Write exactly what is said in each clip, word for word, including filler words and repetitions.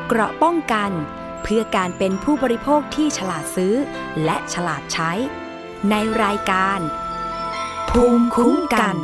เกราะป้องกันเพื่อการเป็นผู้บริโภคที่ฉลาดซื้อและฉลาดใช้ในรายการภูมิคุ้มกัน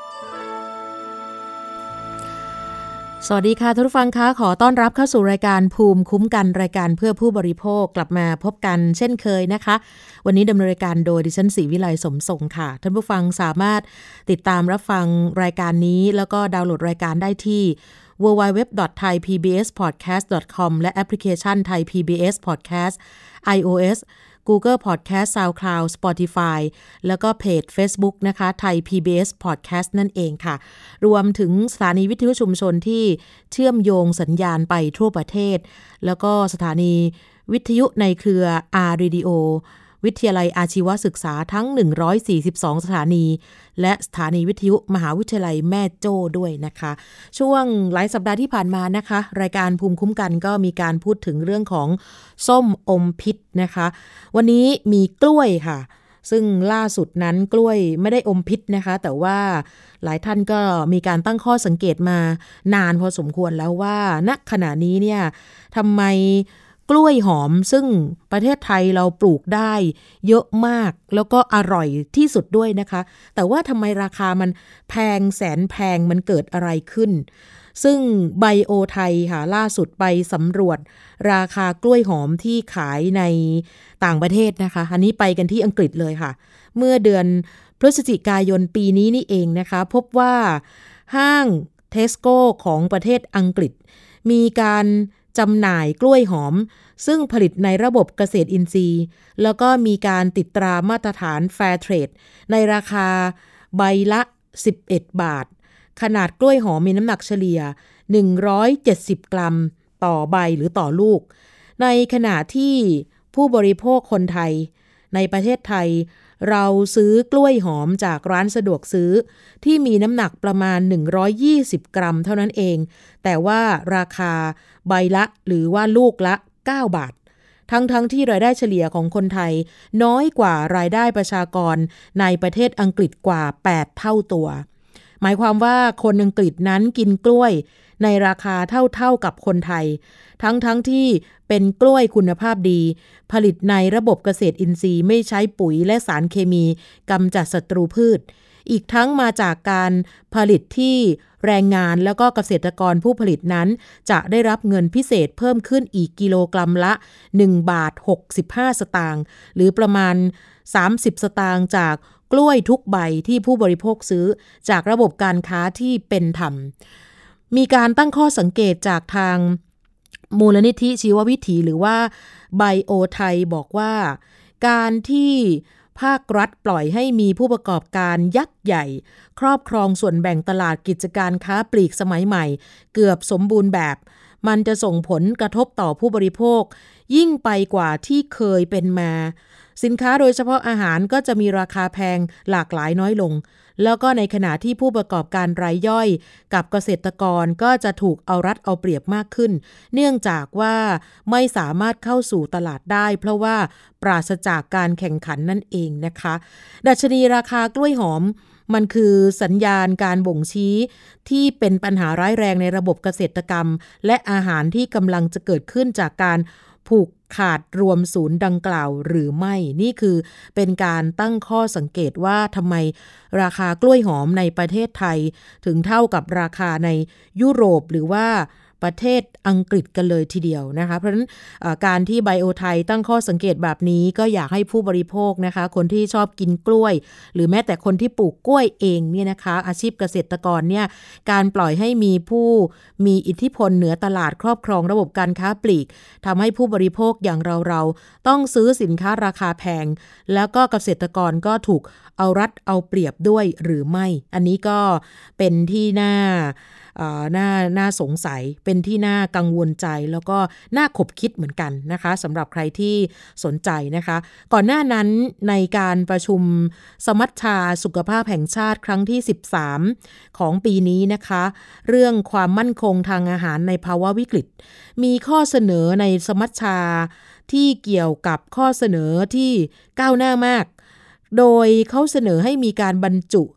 สวัสดีค่ะทุกผู้ฟังคะขอต้อนรับเข้าสู่รายการภูมิคุ้มกันรายการเพื่อผู้บริโภคกลับมาพบกันเช่นเคยนะคะวันนี้ดำเนินรายการโดยดิฉันศรีวิไลสมทรงค่ะท่านผู้ฟังสามารถติดตามรับฟังรายการนี้แล้วก็ดาวน์โหลดรายการได้ที่ ดับเบิลยู ดับเบิลยู ดับเบิลยู ดอท ไทย พี บี เอส พอดแคสต์ ดอท คอม และแอปพลิเคชัน Thai พี บี เอส Podcast iOS Google Podcast SoundCloud Spotify แล้วก็เพจ Facebook นะคะ Thai พี บี เอส Podcast นั่นเองค่ะรวมถึงสถานีวิทยุชุมชนที่เชื่อมโยงสัญญาณไปทั่วประเทศแล้วก็สถานีวิทยุในเครือ R Radio วิทยาลัยอาชีวศึกษาทั้งหนึ่งร้อยสี่สิบสองสถานีและสถานีวิทยุมหาวิทยาลัยแม่โจ้ด้วยนะคะช่วงหลายสัปดาห์ที่ผ่านมานะคะรายการภูมิคุ้มกันก็มีการพูดถึงเรื่องของส้มอมพิษนะคะวันนี้มีกล้วยค่ะซึ่งล่าสุดนั้นกล้วยไม่ได้อมพิษนะคะแต่ว่าหลายท่านก็มีการตั้งข้อสังเกตมานานพอสมควรแล้วว่าณขณะนี้เนี่ยทำไมกล้วยหอมซึ่งประเทศไทยเราปลูกได้เยอะมากแล้วก็อร่อยที่สุดด้วยนะคะแต่ว่าทำไมราคามันแพงแสนแพงมันเกิดอะไรขึ้นซึ่งไบโอไทยค่ะล่าสุดไปสำรวจราคากล้วยหอมที่ขายในต่างประเทศนะคะอันนี้ไปกันที่อังกฤษเลยค่ะเมื่อเดือนพฤศจิกายนปีนี้นี่เองนะคะพบว่าห้างเทสโก้ของประเทศอังกฤษมีการจำหน่ายกล้วยหอมซึ่งผลิตในระบบเกษตรอินทรีย์แล้วก็มีการติดตรามาตรฐาน Fair Trade ในราคาใบละสิบเอ็ดบาทขนาดกล้วยหอมมีน้ำหนักเฉลี่ยหนึ่งร้อยเจ็ดสิบกรัมต่อใบหรือต่อลูกในขณะที่ผู้บริโภคคนไทยในประเทศไทยเราซื้อกล้วยหอมจากร้านสะดวกซื้อที่มีน้ำหนักประมาณหนึ่งร้อยยี่สิบกรัมเท่านั้นเองแต่ว่าราคาใบละหรือว่าลูกละเก้าบาททั้งๆ ท, ที่รายได้เฉลี่ยของคนไทยน้อยกว่ารายได้ประชากรในประเทศอังกฤษกว่าแปดเท่าตัวหมายความว่าคนอังกฤษนั้นกินกล้วยในราคาเท่าๆกับคนไทยทั้งๆ ท, ที่เป็นกล้วยคุณภาพดีผลิตในระบบเกษตรอินทรีย์ไม่ใช้ปุ๋ยและสารเคมีกำจัดศัตรูพืชอีกทั้งมาจากการผลิตที่แรงงานแล้วก็เกษตรกรผู้ผลิตนั้นจะได้รับเงินพิเศษเพิ่มขึ้นอีกกิโลกรัมละหนึ่งบาทหกสิบห้าสตางค์หรือประมาณสามสิบสตางค์จากกล้วยทุกใบที่ผู้บริโภคซื้อจากระบบการค้าที่เป็นธรรมมีการตั้งข้อสังเกตจากทางมูลนิธิชีววิถีหรือว่าไบโอไทยบอกว่าการที่ภาครัฐปล่อยให้มีผู้ประกอบการยักษ์ใหญ่ครอบครองส่วนแบ่งตลาดกิจการค้าปลีกสมัยใหม่เกือบสมบูรณ์แบบมันจะส่งผลกระทบต่อผู้บริโภคยิ่งไปกว่าที่เคยเป็นมาสินค้าโดยเฉพาะอาหารก็จะมีราคาแพงหลากหลายน้อยลงแล้วก็ในขณะที่ผู้ประกอบการรายย่อยกับเกษตรกรก็จะถูกเอารัดเอาเปรียบมากขึ้นเนื่องจากว่าไม่สามารถเข้าสู่ตลาดได้เพราะว่าปราศจากการแข่งขันนั่นเองนะคะดัชนีราคากล้วยหอมมันคือสัญญาณการบ่งชี้ที่เป็นปัญหาร้ายแรงในระบบเกษตรกรรมและอาหารที่กำลังจะเกิดขึ้นจากการผูกขาดรวมศูนย์ดังกล่าวหรือไม่นี่คือเป็นการตั้งข้อสังเกตว่าทำไมราคากล้วยหอมในประเทศไทยถึงเท่ากับราคาในยุโรปหรือว่าประเทศอังกฤษกันเลยทีเดียวนะคะเพราะฉะนั้นการที่ไบโอไทยตั้งข้อสังเกตแบบนี้ก็อยากให้ผู้บริโภคนะคะคนที่ชอบกินกล้วยหรือแม้แต่คนที่ปลูกกล้วยเองเนี่ยนะคะอาชีพเกษตรกรเนี่ยการปล่อยให้มีผู้มีอิทธิพลเหนือตลาดครอบครองระบบการค้าปลีกทำให้ผู้บริโภคอย่างเราๆต้องซื้อสินค้าราคาแพงแล้วก็เกษตรกรก็ถูกเอารัดเอาเปรียบด้วยหรือไม่อันนี้ก็เป็นที่น่าน่าน่าสงสัยเป็นที่น่ากังวลใจแล้วก็น่าขบคิดเหมือนกันนะคะสำหรับใครที่สนใจนะคะก่อนหน้านั้นในการประชุมสมัชชาสุขภาพแห่งชาติครั้งที่สิบสามของปีนี้นะคะเรื่องความมั่นคงทางอาหารในภาวะวิกฤตมีข้อเสนอในสมัชชาที่เกี่ยวกับข้อเสนอที่ก้าวหน้ามากโดยเขาเสนอให้มีการบรรจุ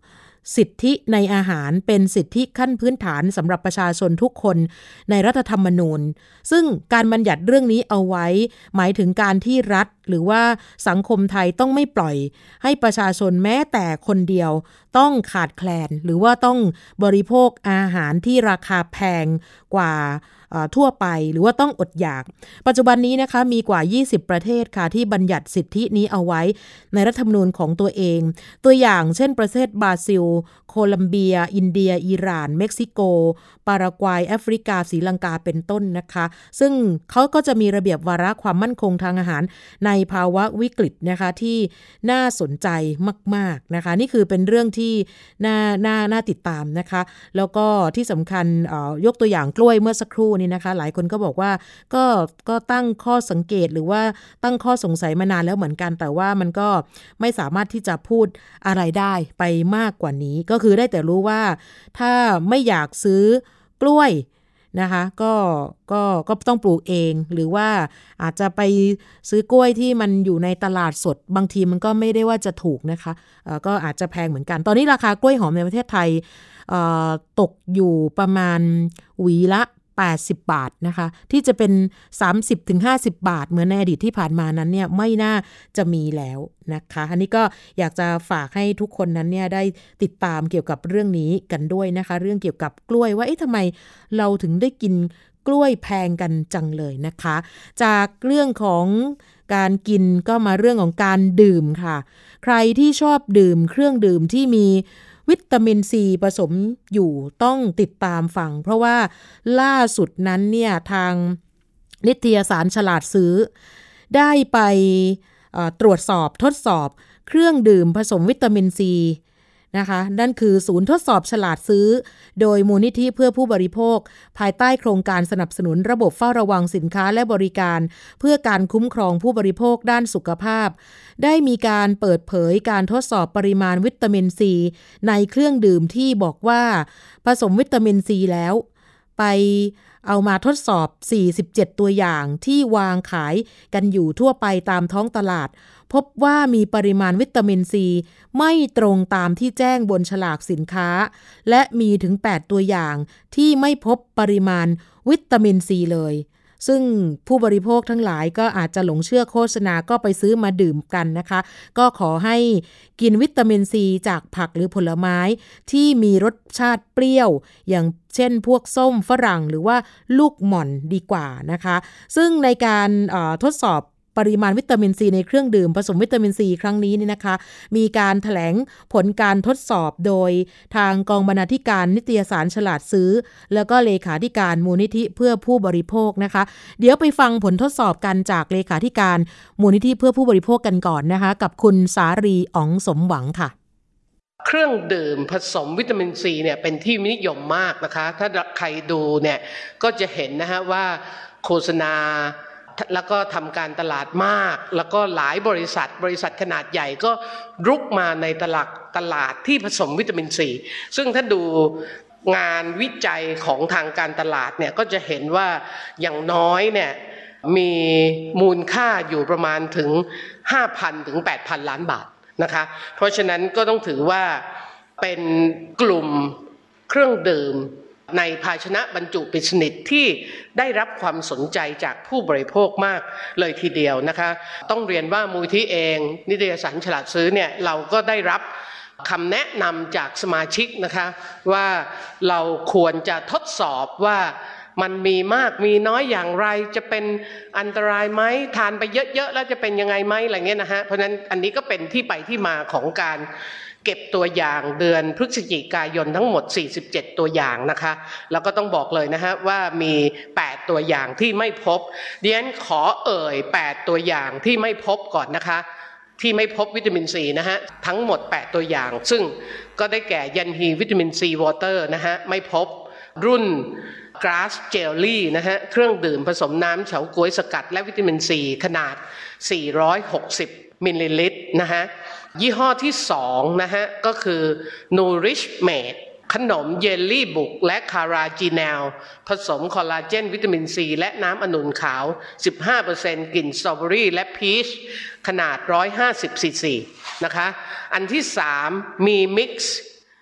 สิทธิในอาหารเป็นสิทธิขั้นพื้นฐานสำหรับประชาชนทุกคนในรัฐธรรมนูญซึ่งการบัญญัติเรื่องนี้เอาไว้หมายถึงการที่รัฐหรือว่าสังคมไทยต้องไม่ปล่อยให้ประชาชนแม้แต่คนเดียวต้องขาดแคลนหรือว่าต้องบริโภคอาหารที่ราคาแพงกว่าทั่วไปหรือว่าต้องอดอยากปัจจุบันนี้นะคะมีกว่ายี่สิบประเทศค่ะที่บัญญัติสิทธินี้เอาไว้ในรัฐธรรมนูญของตัวเองตัวอย่างเช่นประเทศบราซิลโคลัมเบียอินเดียอิหร่านเม็กซิโกปารากวัยแอฟริกาศรีลังกาเป็นต้นนะคะซึ่งเขาก็จะมีระเบียบวาระความมั่นคงทางอาหารในภาวะวิกฤตนะคะที่น่าสนใจมากๆนะคะนี่คือเป็นเรื่องที่น่าน่าน่าติดตามนะคะแล้วก็ที่สำคัญยกตัวอย่างกล้วยเมื่อสักครู่นี้นะคะหลายคนก็บอกว่าก็ก็ตั้งข้อสังเกตหรือว่าตั้งข้อสงสัยมานานแล้วเหมือนกันแต่ว่ามันก็ไม่สามารถที่จะพูดอะไรได้ไปมากกว่านี้ก็คือได้แต่รู้ว่าถ้าไม่อยากซื้อกล้วยนะคะก็ก็ก็ต้องปลูกเองหรือว่าอาจจะไปซื้อกล้วยที่มันอยู่ในตลาดสดบางทีมันก็ไม่ได้ว่าจะถูกนะคะเอ่อก็อาจจะแพงเหมือนกันตอนนี้ราคากล้วยหอมในประเทศไทยเอ่อตกอยู่ประมาณหวีละแปดสิบบาทนะคะที่จะเป็น สามสิบถึงห้าสิบ บาทเหมือนในอดีตที่ผ่านมานั้นเนี่ยไม่น่าจะมีแล้วนะคะอันนี้ก็อยากจะฝากให้ทุกคนนั้นเนี่ยได้ติดตามเกี่ยวกับเรื่องนี้กันด้วยนะคะเรื่องเกี่ยวกับกล้วยว่าเอ๊ะทำไมเราถึงได้กินกล้วยแพงกันจังเลยนะคะจากเรื่องของการกินก็มาเรื่องของการดื่มค่ะใครที่ชอบดื่มเครื่องดื่มที่มีวิตามินซีผสมอยู่ต้องติดตามฟังเพราะว่าล่าสุดนั้นเนี่ยทางนิตยสารฉลาดซื้อได้ไปตรวจสอบทดสอบเครื่องดื่มผสมวิตามินซีนะคะนั่นคือศูนย์ทดสอบฉลาดซื้อโดยมูลนิธิเพื่อผู้บริโภคภายใต้โครงการสนับสนุนระบบเฝ้าระวังสินค้าและบริการเพื่อการคุ้มครองผู้บริโภคด้านสุขภาพได้มีการเปิดเผยการทดสอบปริมาณวิตามินซีในเครื่องดื่มที่บอกว่าผสมวิตามินซีแล้วไปเอามาทดสอบสี่สิบเจ็ดตัวอย่างที่วางขายกันอยู่ทั่วไปตามท้องตลาดพบว่ามีปริมาณวิตามินซีไม่ตรงตามที่แจ้งบนฉลากสินค้าและมีถึงแปดตัวอย่างที่ไม่พบปริมาณวิตามินซีเลยซึ่งผู้บริโภคทั้งหลายก็อาจจะหลงเชื่อโฆษณาก็ไปซื้อมาดื่มกันนะคะก็ขอให้กินวิตามินซีจากผักหรือผลไม้ที่มีรสชาติเปรี้ยวอย่างเช่นพวกส้มฝรั่งหรือว่าลูกหม่อนดีกว่านะคะซึ่งในการเอ่อทดสอบปริมาณวิตามินซีในเครื่องดื่มผสมวิตามินซีครั้งนี้นี่นะคะมีการแถลงผลการทดสอบโดยทางกองบรรณาธิการนิตยสารฉลาดซื้อแล้วก็เลขาธิการมูลนิธิเพื่อผู้บริโภคนะคะเดี๋ยวไปฟังผลทดสอบกันจากเลขาธิการมูลนิธิเพื่อผู้บริโภคกันก่อนนะคะกับคุณสารีอ๋องสมหวังค่ะเครื่องดื่มผสมวิตามินซีเนี่ยเป็นที่นิยมมากนะคะถ้าใครดูเนี่ยก็จะเห็นนะฮะว่าโฆษณาแล้วก็ทำการตลาดมากแล้วก็หลายบริษัทบริษัทขนาดใหญ่ก็รุกมาในตลาดตลาดที่ผสมวิตามินซีซึ่งถ้าดูงานวิจัยของทางการตลาดเนี่ยก็จะเห็นว่าอย่างน้อยเนี่ยมีมูลค่าอยู่ประมาณถึง ห้าพัน ถึง แปดพัน ล้านบาทนะคะเพราะฉะนั้นก็ต้องถือว่าเป็นกลุ่มเครื่องดื่มในภาชนะบรรจุปิดสนิทที่ได้รับความสนใจจากผู้บริโภคมากเลยทีเดียวนะคะต้องเรียนว่ามูลนิธิเองนิตยสารฉลาดซื้อเนี่ยเราก็ได้รับคำแนะนำจากสมาชิกนะคะว่าเราควรจะทดสอบว่ามันมีมากมีน้อยอย่างไรจะเป็นอันตรายไหมทานไปเยอะๆแล้วจะเป็นยังไงไหมอะไรเงี้ยนะฮะเพราะฉะนั้นอันนี้ก็เป็นที่ไปที่มาของการเก็บตัวอย่างเดือนพฤศจิกายนทั้งหมดสี่สิบเจ็ดตัวอย่างนะคะแล้วก็ต้องบอกเลยนะฮะว่ามีแปดตัวอย่างที่ไม่พบดิฉันขอเอ่ยแปดตัวอย่างที่ไม่พบก่อนนะคะที่ไม่พบวิตามินซีนะฮะทั้งหมดแปดตัวอย่างซึ่งก็ได้แก่ยันฮีวิตามินซีวอเตอร์นะฮะไม่พบรุ่นกราสเจลลี่นะฮะเครื่องดื่มผสมน้ำเฉาก๊วยสกัดและวิตามินซีขนาดสี่ร้อยหกสิบมิลลิลิตรนะฮะยี่ห้อที่สองนะฮะก็คือ Nourish Made ขนมเยลลี่บุกและคาราจีแนลผสมคอลลาเจนวิตามินซีและน้ำองุ่นขาว สิบห้าเปอร์เซ็นต์ กลิ่นสตรอเบอรี่และพีชขนาดหนึ่งร้อยห้าสิบซีซีนะคะอันที่สามมีมิกซ์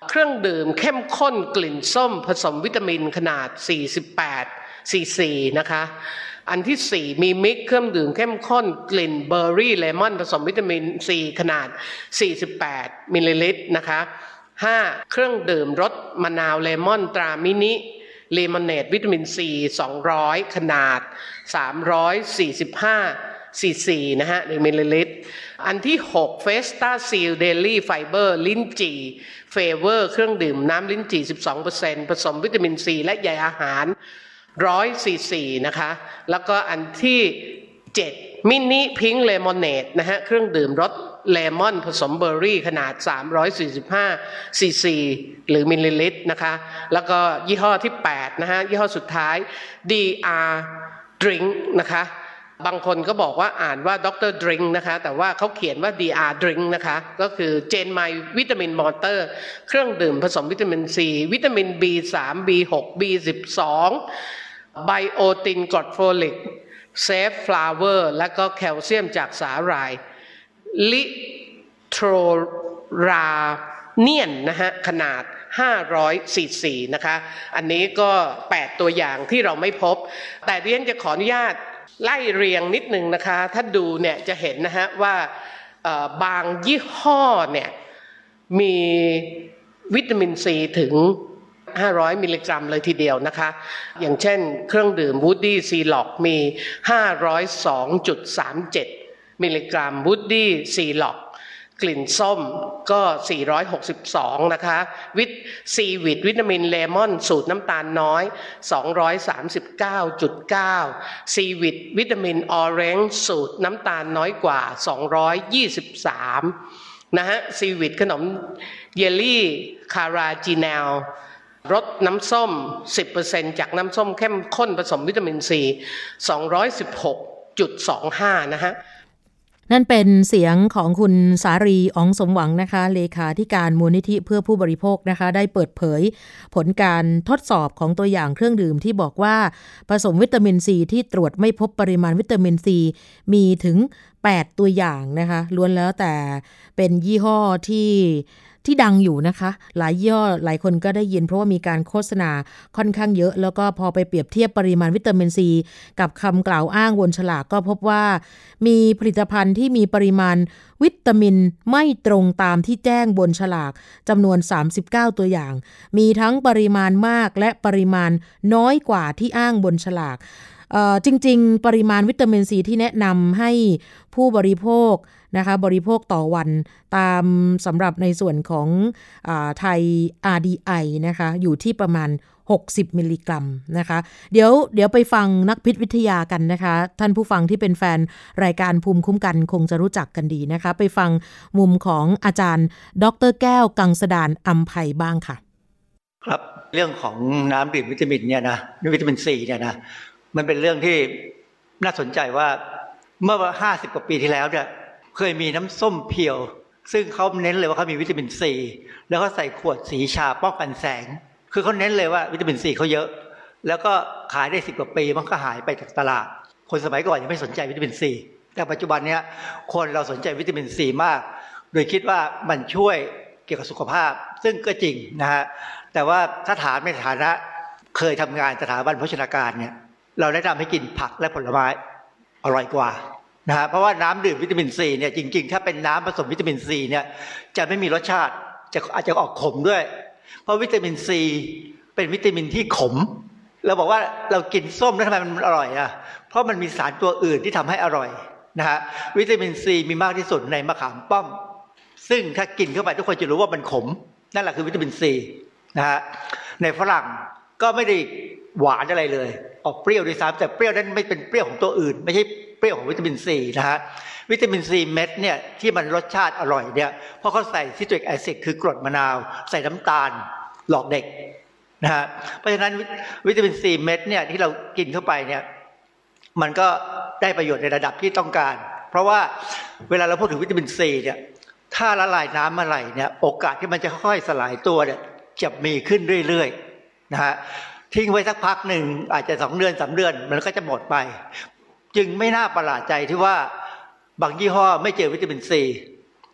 เครื่องดื่มเข้มข้นกลิ่นส้มผสมวิตามินขนาดสี่สิบแปดซีซีนะคะอันที่สี่มีมิกเครื่องดื่มเข้มข้นกลิ่นเบอร์รี่เลมอนผสมวิตามินซีขนาดสี่สิบแปดมิลลิลิตรนะคะห้าเครื่องดื่มรสมะนาวเลมอนตรามินิเลมอนเนดวิตามินซีสองร้อยขนาดสามร้อยสี่สิบห้าซีซีนะฮะหรือมิลลิลิตรอันที่หกเฟสตาซีลเดลี่ไฟเบอร์ลิ้นจี่เฟเวอร์เครื่องดื่มน้ำลิ้นจี่ สิบสองเปอร์เซ็นต์ ผสมวิตามินซีและใยอาหารหนึ่งร้อยซีซีนะคะแล้วก็อันที่เจ็ดมินิพิงค์เลมอนเนดนะฮะเครื่องดื่มรสเลมอนผสมเบอร์รี่ขนาดสามร้อยสี่สิบห้าซีซีหรือมิลลิลิตรนะคะแล้วก็ยี่ห้อที่แปดนะฮะยี่ห้อสุดท้าย ดี อาร์ Drink นะคะบางคนก็บอกว่าอ่านว่าด็อกเตอร์ Drink นะคะแต่ว่าเขาเขียนว่า ดี อาร์ Drink นะคะก็คือเจนไมวิตามินมอเตอร์เครื่องดื่มผสมวิตามินซีวิตามิน บี สาม บี หก บี สิบสองไบโอตินกรดโฟลิกเซฟฟลาเวอร์และก็แคลเซียมจากสาหร่ายลิโทราเนียนนะฮะขนาดห้าร้อยซีซีนะคะอันนี้ก็แปดตัวอย่างที่เราไม่พบแต่เรียนจะขออนุญาตไล่เรียงนิดนึงนะคะถ้าดูเนี่ยจะเห็นนะฮะว่าบางยี่ห้อเนี่ยมีวิตามินซีถึงห้าร้อยมิลลิกรัมเลยทีเดียวนะคะอย่างเช่นเครื่องดื่ม Woody Celock มี ห้าร้อยสองจุดสามเจ็ด มิลลิกรัม Woody Celock กลิ่นส้มก็สี่ร้อยหกสิบสองนะคะวิตซีวิตวิตามินเลมอนสูตรน้ำตาลน้อยสองร้อยสามสิบเก้าจุดเก้าซีวิตวิตามินออเรนจ์สูตรน้ำตาลน้อยกว่าสองร้อยยี่สิบสามนะฮะซีวิตขนมเยลลี่คาราจีเนลรสน้ำส้ม สิบเปอร์เซ็นต์ จากน้ำส้มเข้มข้นผสมวิตามินซีสองร้อยสิบหกจุดสองห้านะฮะนั่นเป็นเสียงของคุณสารีอ๋องสมหวังนะคะเลขาธิการมูลนิธิเพื่อผู้บริโภคนะคะได้เปิดเผยผลการทดสอบของตัวอย่างเครื่องดื่มที่บอกว่าผสมวิตามินซีที่ตรวจไม่พบปริมาณวิตามินซีมีถึงแปดตัวอย่างนะคะล้วนแล้วแต่เป็นยี่ห้อที่ที่ดังอยู่นะคะหลายยี่ห้อหลายคนก็ได้ยินเพราะว่ามีการโฆษณาค่อนข้างเยอะแล้วก็พอไปเปรียบเทียบปริมาณวิตามินซีกับคำกล่าวอ้างบนฉลากก็พบว่ามีผลิตภัณฑ์ที่มีปริมาณวิตามินไม่ตรงตามที่แจ้งบนฉลากจำนวนสามสิบเก้าตัวอย่างมีทั้งปริมาณมากและปริมาณน้อยกว่าที่อ้างบนฉลากจริงๆปริมาณวิตามินซีที่แนะนำให้ผู้บริโภคนะคะบริโภคต่อวันตามสำหรับในส่วนของอาไทย อาร์ ดี ไอ นะคะอยู่ที่ประมาณหกสิบมิลลิกรัมนะคะเดี๋ยวเดี๋ยวไปฟังนักพิษวิทยากันนะคะท่านผู้ฟังที่เป็นแฟนรายการภูมิคุ้มกันคงจะรู้จักกันดีนะคะไปฟังมุมของอาจารย์ดร.แก้วกังสดาลอำไพบ้างค่ะครับเรื่องของน้ำดื่มวิตามินเนี่ยนะวิตามินซีเนี่ยนะมันเป็นเรื่องที่น่าสนใจว่าเมื่อห้าสิบกว่าปีที่แล้วเนี่ยเคยมีน้ำส้มเพียวซึ่งเขาเน้นเลยว่าเขามีวิตามินซีแล้วก็ใส่ขวดสีชาป้องกันแสงคือเขาเน้นเลยว่าวิตามินซีเขาเยอะแล้วก็ขายได้สิบกว่าปีมันก็หายไปจากตลาดคนสมัยก่อนยังไม่สนใจวิตามินซีแต่ปัจจุบันเนี้ยคนเราสนใจวิตามินซีมากโดยคิดว่ามันช่วยเกี่ยวกับสุขภาพซึ่งก็จริงนะฮะแต่ว่าถ้าถามในฐานะเคยทำงานสถาบันโภชนาการเนี่ยเราแนะนำให้กินผักและผลไม้อร่อยกว่านะฮะเพราะว่าน้ำดื่มวิตามินซีเนี่ยจริงๆถ้าเป็นน้ำผสมวิตามินซีเนี่ยจะไม่มีรสชาติจะอาจจะออกขมด้วยเพราะวิตามินซีเป็นวิตามินที่ขมเราบอกว่าเรากินส้มแล้วทำไมมันอร่อยอ่ะเพราะมันมีสารตัวอื่นที่ทำให้อร่อยนะฮะวิตามินซีมีมากที่สุดในมะขามป้อมซึ่งถ้ากินเข้าไปทุกคนจะรู้ว่ามันขมนั่นแหละคือวิตามินซีนะฮะในฝรั่งก็ไม่ได้หวานอะไรเลยออกเปรี้ยวด้วยซ้ำแต่เปรี้ยวนั้นไม่เป็นเปรี้ยวของตัวอื่นไม่ใช่เปรี้ยวของวิตามินซีนะฮะวิตามินซีเม็ดเนี่ยที่มันรสชาติอร่อยเนี่ยเพราะเขาใส่ซิตริกแอซิดคือกรดมะนาวใส่น้ำตาลหลอกเด็กนะฮะเพราะฉะนั้นวิตามินซีเม็ดเนี่ยที่เรากินเข้าไปเนี่ยมันก็ได้ประโยชน์ในระดับที่ต้องการเพราะว่าเวลาเราพูดถึงวิตามินซีเนี่ยถ้าละลายน้ำเมื่อไหร่เนี่ยโอกาสที่มันจะค่อยสลายตัวเนี่ยจะมีขึ้นเรื่อยๆนะฮะทิ้งไว้สักพักหนึ่งอาจจะสองเดือนสามเดือนมันก็จะหมดไปจึงไม่น่าประหลาดใจที่ว่าบางยี่ห้อไม่เจอวิตามินซี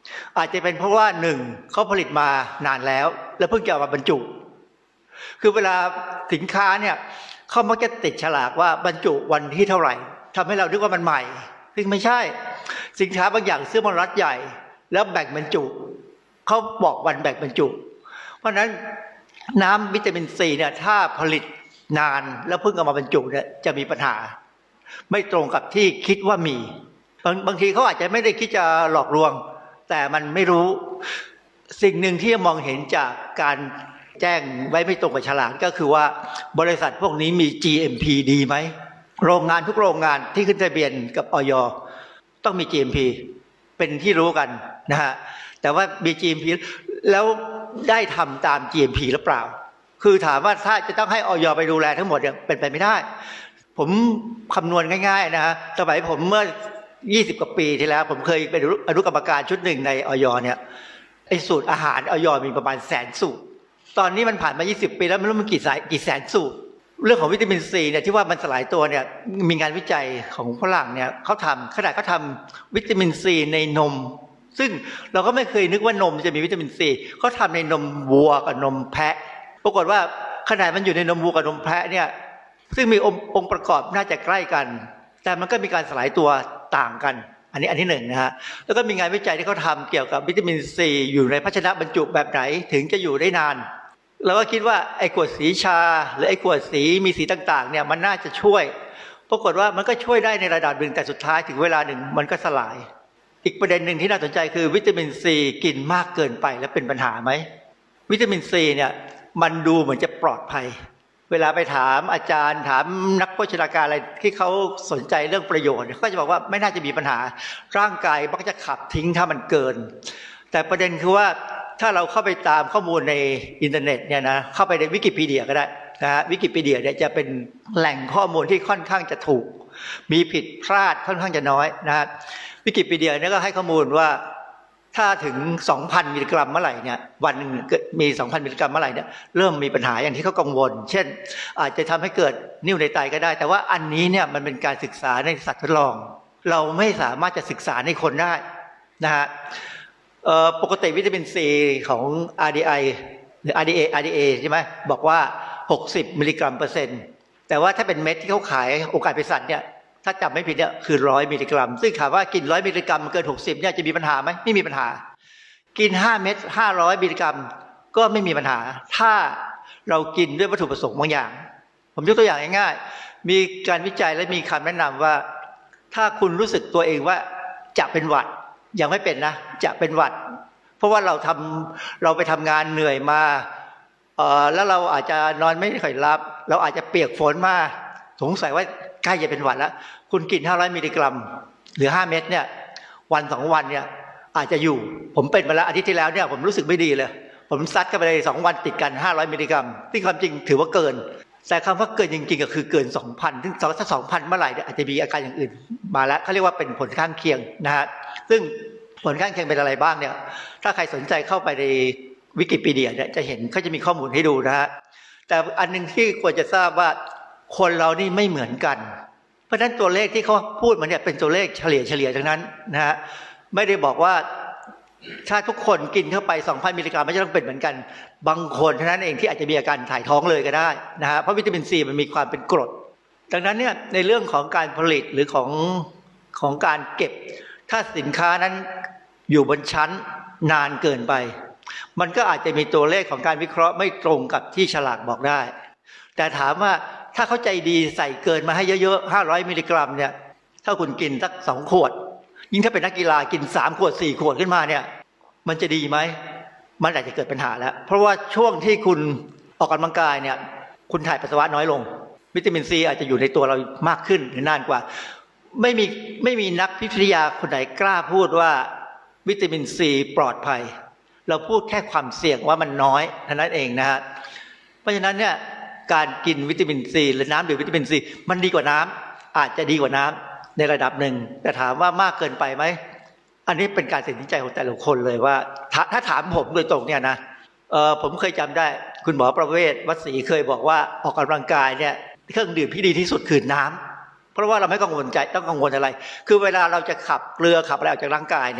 อาจจะเป็นเพราะว่าหนึ่งเขาผลิตมานานแล้วแล้วเพิ่งจะเอามาบรรจุคือเวลาสินค้าเนี่ยเขามักจะติดฉลากว่าบรรจุวันที่เท่าไหร่ทำให้เราคิดว่ามันใหม่ซึ่งไม่ใช่สินค้าบางอย่างซื้อมาล็อตใหญ่แล้วแบ่งบรรจุเขาบอกวันแบ่งบรรจุเพราะฉะนั้นน้ำวิตามินซีเนี่ยถ้าผลิตนานแล้วเพิ่งเอามาบรรจุเนี่ยจะมีปัญหาไม่ตรงกับที่คิดว่ามีบางบางทีเขาอาจจะไม่ได้คิดจะหลอกลวงแต่มันไม่รู้สิ่งหนึ่งที่มองเห็นจากการแจ้งไว้ไม่ตรงกับฉลากก็คือว่าบริษัทพวกนี้มี จี เอ็ม พี ดีไหมโรงงานทุกโรงงานที่ขึ้นทะเบียนกับอย.ต้องมี จี เอ็ม พี เป็นที่รู้กันนะฮะแต่ว่ามี จี เอ็ม พี แล้วได้ทำตาม จี เอ็ม พี หรือเปล่าคือถามว่าถ้าจะต้องให้อย.ไปดูแลทั้งหมดเนี่ยเป็นไปไม่ได้ผมคำนวณง่ายๆนะฮะสมัยผมเมื่อยี่สิบกว่าปีที่แล้วผมเคยเป็นอนุกรรมการชุดหนึ่งในอย.เนี่ยไอ้สูตรอาหารอย.มีประมาณแสนสูตรตอนนี้มันผ่านมายี่สิบปีแล้วไม่รู้มันกี่สายกี่แสนสูตรเรื่องของวิตามินซีเนี่ยที่ว่ามันสลายตัวเนี่ยมีงานวิจัยของฝรั่งเนี่ยเขาทำขนาดเขาทำวิตามินซีในนมซึ่งเราก็ไม่เคยนึกว่านมจะมีวิตามินซีเขาทำในนมวัวกับนมแพะปรากฏว่าขนาดมันอยู่ในนมวัวกับนมแพะเนี่ยซึ่งมีองค์ประกอบน่าจะใกล้กันแต่มันก็มีการสลายตัวต่างกันอันนี้อันที่หนึ่งนะฮะแล้วก็มีงานวิจัยที่เขาทำเกี่ยวกับวิตามินซีอยู่ในภาชนะบรรจุแบบไหนถึงจะอยู่ได้นานเราก็คิดว่าไอ้ขวดสีชาหรือไอ้ขวดสีมีสีต่างๆเนี่ยมันน่าจะช่วยปรากฏว่ามันก็ช่วยได้ในระดับหนึ่งแต่สุดท้ายถึงเวลาหนึ่งมันก็สลายอีกประเด็นหนึ่งที่น่าสนใจคือวิตามินซีกินมากเกินไปแล้วเป็นปัญหาไหมวิตามินซีเนี่ยมันดูเหมือนจะปลอดภัยเวลาไปถามอาจารย์ถามนักโภชนาการอะไรที่เขาสนใจเรื่องประโยชน์เขาจะบอกว่าไม่น่าจะมีปัญหาร่างกายมักจะขับทิ้งถ้ามันเกินแต่ประเด็นคือว่าถ้าเราเข้าไปตามข้อมูลในอินเทอร์เน็ตเนี่ยนะเข้าไปในวิกิพีเดียก็ได้นะฮะวิกิพีเดียเนี่ยจะเป็นแหล่งข้อมูลที่ค่อนข้างจะถูกมีผิดพลาดค่อนข้างจะน้อยนะฮะวิกิพีเดียเนี่ยก็ให้ข้อมูลว่าถ้าถึง สองพัน มิลลิกรัมเมื่อไหร่เนี่ยวันนึงมี สองพัน มิลลิกรัมเมื่อไหร่เนี่ยเริ่มมีปัญหาอย่างที่เขากังวลเช่นอาจจะทำให้เกิดนิ่วในไตก็ได้แต่ว่าอันนี้เนี่ยมันเป็นการศึกษาในสัตว์ทดลองเราไม่สามารถจะศึกษาในคนได้นะฮะปกติวิตามินซีของ อาร์ ดี ไอ หรือ อาร์ ดี เอ อาร์ ดี เอ ใช่ไหมบอกว่าหกสิบมิลลิกรัมเปอร์เซ็นต์แต่ว่าถ้าเป็นเม็ดที่เขาขายองค์การเภสัชเนี่ยถ้าจำไม่ผิดเนี่ยคือร้อยมิลลิกรัมซึ่งถามว่ากินร้อยมิลลิกรัมเกินหกสิบเนี่ยจะมีปัญหาไหมไม่มีปัญหากินห้าเม็ดห้าร้อยมิลลิกรัมก็ไม่มีปัญหาถ้าเรากินด้วยวัตถุประสงค์บางอย่างผมยกตัวอย่างง่ายๆมีการวิจัยและมีคำแนะนำว่าถ้าคุณรู้สึกตัวเองว่าจะเป็นหวัดยังไม่เป็นนะจะเป็นหวัดเพราะว่าเราทำเราไปทำงานเหนื่อยมาเอ่อแล้วเราอาจจะนอนไม่ค่อยหลับเราอาจจะเปียกฝนมาสงสัยว่าใกล้จะเป็นหวัดแล้วคุณกินห้าร้อยมิลลิกรัมหรือห้าเม็ดเนี่ยวันสองวันเนี่ยอาจจะอยู่ผมเป็นมาแล้วอาทิตย์ที่แล้วเนี่ยผมรู้สึกไม่ดีเลยผมซัดเข้าไปเลยสองวันติดกันห้าร้อยมิลลิกรัมที่ความจริงถือว่าเกินแต่คำว่าเกินจริงๆก็คือเกิน สองพัน ซึ่งถ้า สองพัน เมื่อไหร่เนี่ยอาจจะมีอาการอย่างอื่นมาแล้วเขาเรียกว่าเป็นผลข้างเคียงนะฮะซึ่งผลข้างเคียงเป็นอะไรบ้างเนี่ยถ้าใครสนใจเข้าไปในวิกิพีเดียเนี่ยจะเห็นเขาจะมีข้อมูลให้ดูนะฮะแต่อันนึงที่ควรจะทราบว่าคนเรานี่ไม่เหมือนกันเพราะฉะนั้นตัวเลขที่เขาพูดมาเนี่ยเป็นตัวเลขเฉลี่ยเฉลี่ยทั้งนั้นนะฮะไม่ได้บอกว่าถ้าทุกคนกินเข้าไป สองพัน มิลลิกรัมไม่ต้องเป็นเหมือนกันบางคนเท่านั้นเองที่อาจจะมีอาการถ่ายท้องเลยก็ได้นะฮะเพราะวิตามินซีมันมีความเป็นกรดดังนั้นเนี่ยในเรื่องของการผลิตหรือของของการเก็บถ้าสินค้านั้นอยู่บนชั้นนานเกินไปมันก็อาจจะมีตัวเลขของการวิเคราะห์ไม่ตรงกับที่ฉลากบอกได้แต่ถามว่าถ้าเข้าใจดีใส่เกินมาให้เยอะๆห้าร้อยมิลลิกรัมเนี่ยถ้าคุณกินสักสองขวดยิ่งถ้าเป็นนักกีฬากินสามขวดสี่ขวดขึ้นมาเนี่ยมันจะดีไหมมันอาจจะเกิดปัญหาแล้วเพราะว่าช่วงที่คุณออกกำลังกายเนี่ยคุณถ่ายปัสสาวะน้อยลงวิตามินซีอาจจะอยู่ในตัวเรามากขึ้นหรือนานกว่าไม่มีไม่มีนักพิษวิทยาคนไหนกล้าพูดว่าวิตามินซีปลอดภัยเราพูดแค่ความเสี่ยงว่ามันน้อยเท่านั้นเองนะฮะเพราะฉะนั้นเนี่ยการกินวิตามินซีหรือน้ำดื่มวิตามินซีมันดีกว่าน้ำอาจจะดีกว่าน้ำในระดับหนึ่งแต่ถามว่ามากเกินไปไหมอันนี้เป็นการตัดสินใจของแต่ละคนเลยว่าถ้าถ้าถามผมโดยตรงเนี่ยนะเอ่อผมเคยจำได้คุณหมอประเวศวัดศรีเคยบอกว่าออกกำลังกายเนี่ยเครื่องดื่มที่ดีที่สุดคือน้ำเพราะว่าเราไม่กังวลใจต้องกังวลอะไรคือเวลาเราจะขับเกลือขับอะไรออกจากร่างกายเนี่ย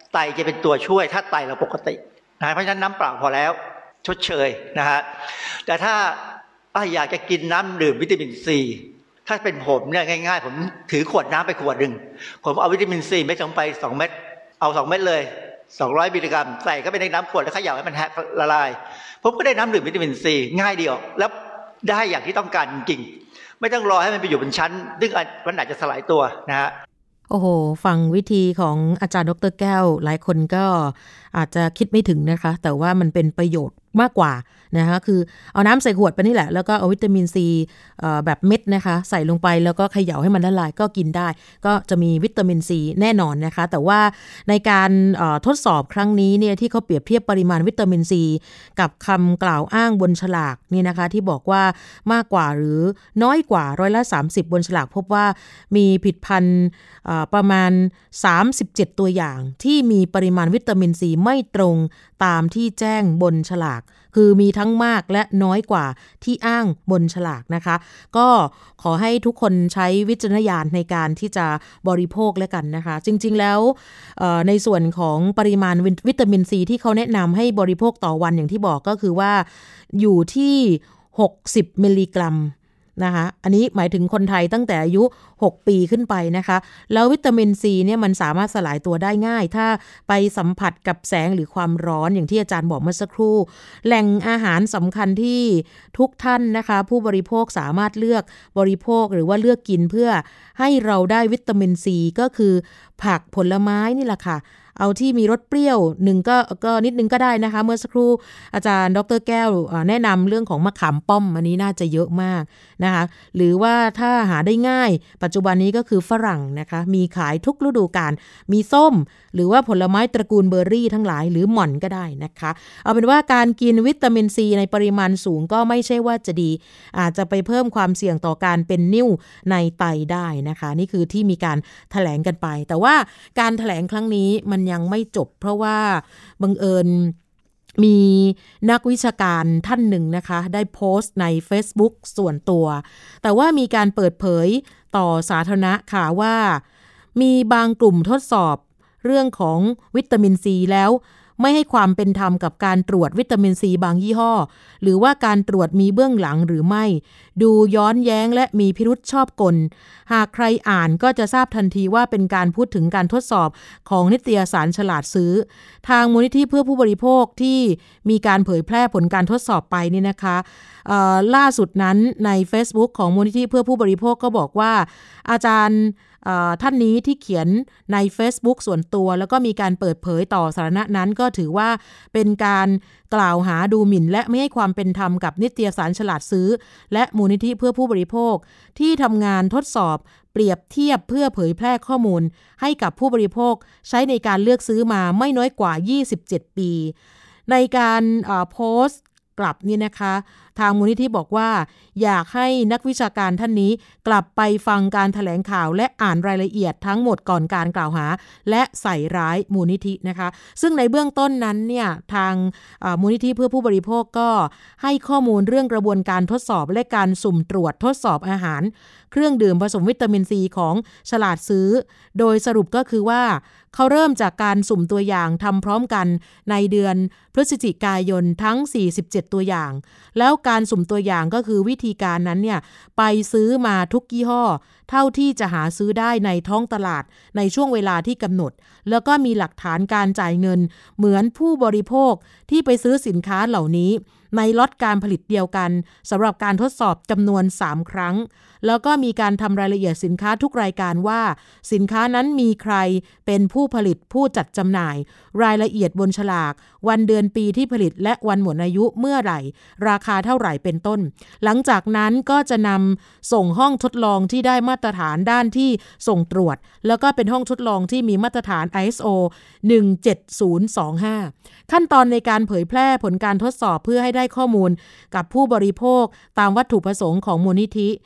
ไตจะเป็นตัวช่วยถ้าไตเราปกตินะเพราะฉะนั้นน้ำเปล่าพอแล้วชดเชยนะฮะแต่ถ้าอยากจะกินน้ำดื่มวิตามินซีถ้าเป็นผมเนี่ยง่ายๆผมถือขวดน้ำไปขวดหนึ่งผมเอาวิตามินซีเม็ดลงไปสองเม็ดเอาสองเม็ดเลยสองร้อยมิลลิกรัมใส่เข้าไปในน้ำขวดแล้วเขย่าให้มันละลายผมก็ได้น้ำดื่มวิตามินซีง่ายเดียวแล้วได้อย่างที่ต้องการจริงๆไม่ต้องรอให้มันไปอยู่บนชั้นซึ่งมันอาจจะสลายตัวนะฮะโอ้โหฟังวิธีของอาจารย์ดร.แก้วหลายคนก็อาจจะคิดไม่ถึงนะคะแต่ว่ามันเป็นประโยชน์มากกว่านะคะคือเอาน้ำใส่ขวดไปนี่แหละแล้วก็เอาวิตามินซีแบบเม็ดนะคะใส่ลงไปแล้วก็เขย่าให้มันละลายก็กินได้ก็จะมีวิตามินซีแน่นอนนะคะแต่ว่าในการทดสอบครั้งนี้เนี่ยที่เขาเปรียบเทียบปริมาณวิตามินซีกับคำกล่าวอ้างบนฉลากนี่นะคะที่บอกว่ามากกว่าหรือน้อยกว่าร้อยละสามสิบบนฉลากพบว่ามีผลิตภัณฑ์ประมาณสามสิบเจ็ดตัวอย่างที่มีปริมาณวิตามินซีไม่ตรงตามที่แจ้งบนฉลากคือมีทั้งมากและน้อยกว่าที่อ้างบนฉลากนะคะก็ขอให้ทุกคนใช้วิจารณญาณในการที่จะบริโภคแล้วกันนะคะจริงๆแล้วในส่วนของปริมาณวิตามินซีที่เขาแนะนำให้บริโภคต่อวันอย่างที่บอกก็คือว่าอยู่ที่หกสิบมิลลิกรัมนะคะอันนี้หมายถึงคนไทยตั้งแต่อายุหกปีขึ้นไปนะคะแล้ววิตามินซีเนี่ยมันสามารถสลายตัวได้ง่ายถ้าไปสัมผัสกับแสงหรือความร้อนอย่างที่อาจารย์บอกเมื่อสักครู่แหล่งอาหารสำคัญที่ทุกท่านนะคะผู้บริโภคสามารถเลือกบริโภคหรือว่าเลือกกินเพื่อให้เราได้วิตามินซีก็คือผักผลไม้นี่แหละค่ะเอาที่มีรสเปรี้ยวหนึ่งก็ก็นิดนึงก็ได้นะคะเมื่อสักครู่อาจารย์ดร.แก้วแนะนำเรื่องของมะขามป้อมอันนี้น่าจะเยอะมากนะคะหรือว่าถ้าหาได้ง่ายปัจจุบันนี้ก็คือฝรั่งนะคะมีขายทุกฤดูกาลมีส้มหรือว่าผลไม้ตระกูลเบอร์รี่ทั้งหลายหรือหม่อนก็ได้นะคะเอาเป็นว่าการกินวิตามินซีในปริมาณสูงก็ไม่ใช่ว่าจะดีอาจจะไปเพิ่มความเสี่ยงต่อการเป็นนิ่วในไตได้นะคะนี่คือที่มีการแถลงกันไปแต่ว่าการแถลงครั้งนี้มันยังไม่จบเพราะว่าบังเอิญมีนักวิชาการท่านหนึ่งนะคะได้โพสต์ใน Facebook ส่วนตัวแต่ว่ามีการเปิดเผยต่อสาธารณะค่ะว่ามีบางกลุ่มทดสอบเรื่องของวิตามินซีแล้วไม่ให้ความเป็นธรรมกับการตรวจวิตามินซีบางยี่ห้อหรือว่าการตรวจมีเบื้องหลังหรือไม่ดูย้อนแย้งและมีพิรุษชอบกลหากใครอ่านก็จะทราบทันทีว่าเป็นการพูดถึงการทดสอบของนิตยสารฉลาดซื้อทางมูลนิธิเพื่อผู้บริโภคที่มีการเผยแพร่ผลการทดสอบไปนี่นะคะล่าสุดนั้นใน Facebook ของมูลนิธิเพื่อผู้บริโภคก็บอกว่าอาจารย์ท่านนี้ที่เขียนใน Facebook ส่วนตัวแล้วก็มีการเปิดเผยต่อสาธารณะนั้นก็ถือว่าเป็นการกล่าวหาดูหมิ่นและไม่ให้ความเป็นธรรมกับนิตยสารฉลาดซื้อและมูลนิธิเพื่อผู้บริโภคที่ทำงานทดสอบเปรียบเทียบเพื่อเผยแพร่ข้อมูลให้กับผู้บริโภคใช้ในการเลือกซื้อมาไม่น้อยกว่ายี่สิบเจ็ดปีในการโพสต์กลับนี่นะคะทางมูลนิธิบอกว่าอยากให้นักวิชาการท่านนี้กลับไปฟังการแถลงข่าวและอ่านรายละเอียดทั้งหมดก่อนการกล่าวหาและใส่ร้ายมูลนิธินะคะซึ่งในเบื้องต้นนั้นเนี่ยทางมูลนิธิเพื่อผู้บริโภคก็ให้ข้อมูลเรื่องกระบวนการทดสอบและการสุ่มตรวจทดสอบอาหารเครื่องดื่มผสมวิตามินซีของฉลาดซื้อโดยสรุปก็คือว่าเขาเริ่มจากการสุ่มตัวอย่างทำพร้อมกันในเดือนพฤศจิกายนทั้งสี่สิบเจ็ดตัวอย่างแล้วการสุ่มตัวอย่างก็คือวิธีการนั้นเนี่ยไปซื้อมาทุกยี่ห้อเท่าที่จะหาซื้อได้ในท้องตลาดในช่วงเวลาที่กำหนดแล้วก็มีหลักฐานการจ่ายเงินเหมือนผู้บริโภคที่ไปซื้อสินค้าเหล่านี้ในล็อตการผลิตเดียวกันสำหรับการทดสอบจำนวนสามครั้งแล้วก็มีการทำรายละเอียดสินค้าทุกรายการว่าสินค้านั้นมีใครเป็นผู้ผลิตผู้จัดจำหน่ายรายละเอียดบนฉลากวันเดือนปีที่ผลิตและวันหมดอายุเมื่อไหร่ราคาเท่าไหร่เป็นต้นหลังจากนั้นก็จะนำส่งห้องทดลองที่ได้มาตรฐานด้านที่ส่งตรวจแล้วก็เป็นห้องทดลองที่มีมาตรฐาน ไอ เอส โอ หนึ่งเจ็ดศูนย์สองห้าขั้นตอนในการเผยแพร่ผลการทดสอบเพื่อให้ได้ข้อมูลกับผู้บริโภคตามวัตถุประสงค์ของมูลนิธิแล้วก็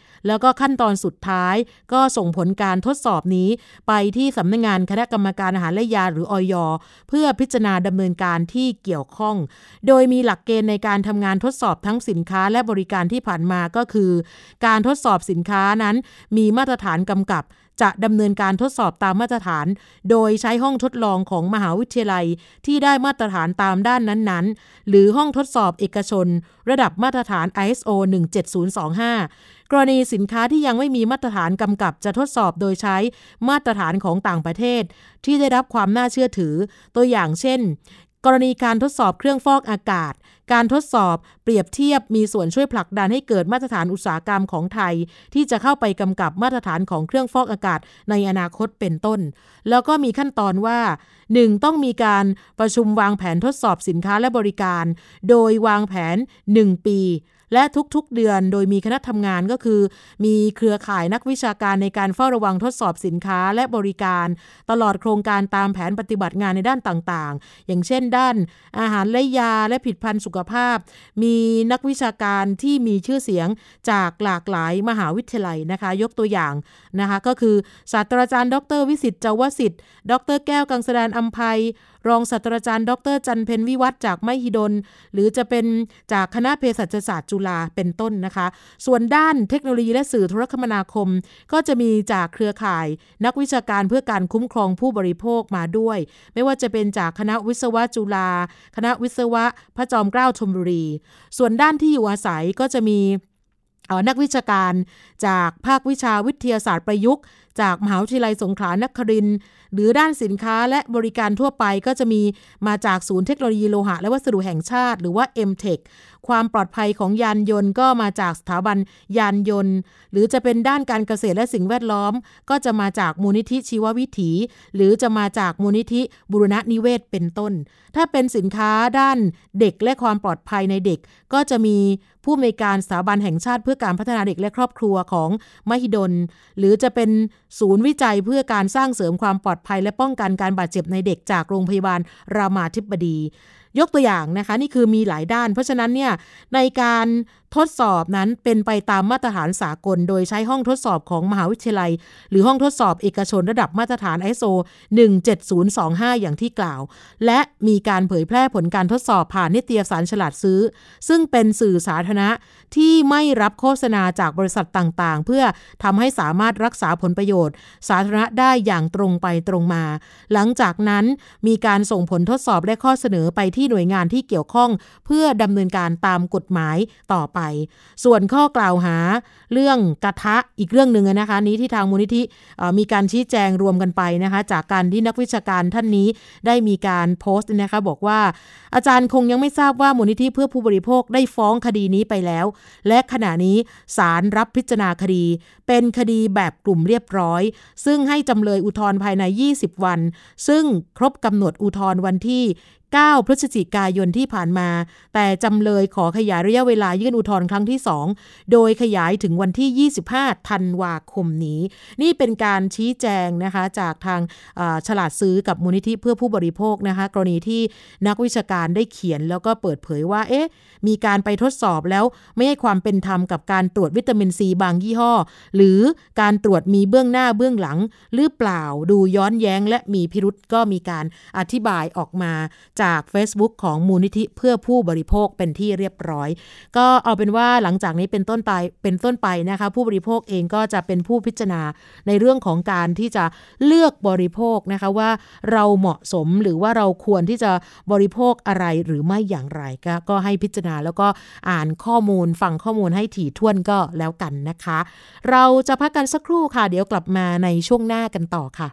ก็ขั้นตอนสุดท้ายก็ส่งผลการทดสอบนี้ไปที่สำนักงานคณะกรรมการอาหารและยาหรืออย.เพื่อพิจารณาดำเนินการที่เกี่ยวข้องโดยมีหลักเกณฑ์ในการทำงานทดสอบทั้งสินค้าและบริการที่ผ่านมาก็คือการทดสอบสินค้านั้นมีมาตรฐานกำกับจะดำเนินการทดสอบตามมาตรฐานโดยใช้ห้องทดลองของมหาวิทยาลัยที่ได้มาตรฐานตามด้านนั้นๆหรือห้องทดสอบเอกชนระดับมาตรฐาน ไอ เอส โอ หนึ่งเจ็ดศูนย์สองห้ากรณีสินค้าที่ยังไม่มีมาตรฐานกำกับจะทดสอบโดยใช้มาตรฐานของต่างประเทศที่ได้รับความน่าเชื่อถือตัวอย่างเช่นกรณีการทดสอบเครื่องฟอกอากาศการทดสอบเปรียบเทียบมีส่วนช่วยผลักดันให้เกิดมาตรฐานอุตสาหกรรมของไทยที่จะเข้าไปกำกับมาตรฐานของเครื่องฟอกอากาศในอนาคตเป็นต้นแล้วก็มีขั้นตอนว่า หนึ่ง ต้องมีการประชุมวางแผนทดสอบสินค้าและบริการโดยวางแผนหนึ่งปีและทุกๆเดือนโดยมีคณะทำงานก็คือมีเครือข่ายนักวิชาการในการเฝ้าระวังทดสอบสินค้าและบริการตลอดโครงการตามแผนปฏิบัติงานในด้านต่างๆอย่างเช่นด้านอาหารและยาและผลิตภัณฑ์สุขภาพมีนักวิชาการที่มีชื่อเสียงจากหลากหลายมหาวิทยาลัยนะคะยกตัวอย่างนะคะก็คือศาสตราจารย์ดร.วิสิทธิ์เจาวสิทธิ์ดร.แก้วกังสดาลอำไพรองศาสตราจารย์ดร.จันเพ็ญวิวัฒน์จากมหิดลหรือจะเป็นจากคณะเภสัชศาสตร์จุฬาเป็นต้นนะคะส่วนด้านเทคโนโลยีและสื่อโทรคมนาคมก็จะมีจากเครือข่ายนักวิชาการเพื่อการคุ้มครองผู้บริโภคมาด้วยไม่ว่าจะเป็นจากคณะวิศวะจุฬาคณะวิศวะพระจอมเกล้าธนบุรีส่วนด้านที่อยู่อาศัยก็จะมีนักวิชาการจากภาควิชาวิทยาศาสตร์ประยุกต์จากมหาวิทยาลัยสงขลานครินทร์หรือด้านสินค้าและบริการทั่วไปก็จะมีมาจากศูนย์เทคโนโลยีโลหะและวัสดุแห่งชาติหรือว่า เอ็ม เทค ความปลอดภัยของยานยนต์ก็มาจากสถาบันยานยนต์หรือจะเป็นด้านการเกษตรและสิ่งแวดล้อมก็จะมาจากมูลนิธิชีววิถีหรือจะมาจากมูลนิธิบูรณนิเวศเป็นต้นถ้าเป็นสินค้าด้านเด็กและความปลอดภัยในเด็กก็จะมีผู้อำนวยการสถาบันแห่งชาติเพื่อการพัฒนาเด็กและครอบครัวของมหิดลหรือจะเป็นศูนย์วิจัยเพื่อการสร้างเสริมความปลอดภัยและป้องกันการบาดเจ็บในเด็กจากโรงพยาบาลรามาธิบดียกตัวอย่างนะคะนี่คือมีหลายด้านเพราะฉะนั้นเนี่ยในการทดสอบนั้นเป็นไปตามมาตรฐานสากลโดยใช้ห้องทดสอบของมหาวิทยาลัยหรือห้องทดสอบเอกชนระดับมาตรฐาน ไอ เอส โอ หนึ่งเจ็ดศูนย์สองห้าอย่างที่กล่าวและมีการเผยแพร่ผลการทดสอบผ่านนิตยสารฉลาดซื้อซึ่งเป็นสื่อสาธารณะที่ไม่รับโฆษณาจากบริษัทต่างๆเพื่อทำให้สามารถรักษาผลประโยชน์สาธารณะได้อย่างตรงไปตรงมาหลังจากนั้นมีการส่งผลทดสอบและข้อเสนอไปที่หน่วยงานที่เกี่ยวข้องเพื่อดำเนินการตามกฎหมายต่อไปส่วนข้อกล่าวหาเรื่องกระทะอีกเรื่องนึงนะคะนี้ที่ทางมูลนิธิมีการชี้แจงรวมกันไปนะคะจากการที่นักวิชาการท่านนี้ได้มีการโพสต์นะคะบอกว่าอาจารย์คงยังไม่ทราบว่ามูลนิธิเพื่อผู้บริโภคได้ฟ้องคดีนี้ไปแล้วและขณะนี้ศาลรับพิจารณาคดีเป็นคดีแบบกลุ่มเรียบร้อยซึ่งให้จำเลยอุทธรณ์ภายในยี่สิบวันซึ่งครบกำหนดอุทธรณ์วันที่เก้าพฤศจิกายนที่ผ่านมาแต่จำเลยขอขยายระยะเวลายื่นอุทธรณ์ครั้งที่สองโดยขยายถึงวันที่ยี่สิบห้าธันวาคมนี้นี่เป็นการชี้แจงนะคะจากทางฉลาดซื้อกับมูลนิธิเพื่อผู้บริโภคนะคะกรณีที่นักวิชาการได้เขียนแล้วก็เปิดเผยว่าเอ๊ะมีการไปทดสอบแล้วไม่ให้ความเป็นธรรมกับการตรวจวิตามินซีบางยี่ห้อหรือการตรวจมีเบื้องหน้าเบื้องหลังหรือเปล่าดูย้อนแย้งและมีพิรุธก็มีการอธิบายออกมาจาก Facebook ของมูลนิธิเพื่อผู้บริโภคเป็นที่เรียบร้อยก็เอาเป็นว่าหลังจากนี้เป็นต้นไปเป็นต้นไปนะคะผู้บริโภคเองก็จะเป็นผู้พิจารณาในเรื่องของการที่จะเลือกบริโภคนะคะว่าเราเหมาะสมหรือว่าเราควรที่จะบริโภคอะไรหรือไม่อย่างไรก็ก็ให้พิจารณาแล้วก็อ่านข้อมูลฟังข้อมูลให้ถี่ถ้วนก็แล้วกันนะคะเราจะพักกันสักครู่ค่ะเดี๋ยวกลับมาในช่วงหน้ากันต่อค่ะ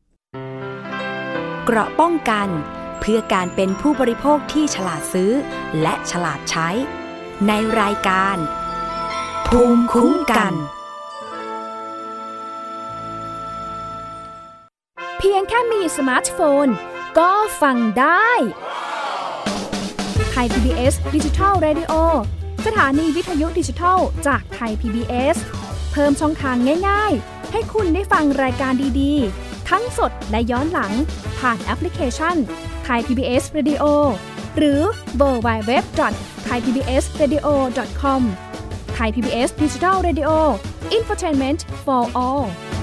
เกราะป้องกันเพื่อการเป็นผู้บริโภคที่ฉลาดซื้อและฉลาดใช้ในรายการภูมิคุ้มกันเพียงแค่มีสมาร์ทโฟนก็ฟังได้ไทย พี บี เอส Digital Radio สถานีวิทยุดิจิทัลจากไทย พี บี เอส เพิ่มช่องทางง่ายๆให้คุณได้ฟังรายการดีๆทั้งสดและย้อนหลังผ่านแอปพลิเคชัน Thai พี บี เอส Radio หรือ ดับเบิลยู ดับเบิลยู ดับเบิลยู ดอท ไทย พี บี เอส เรดิโอ ดอท คอม Thai พี บี เอส Digital Radio Infotainment for all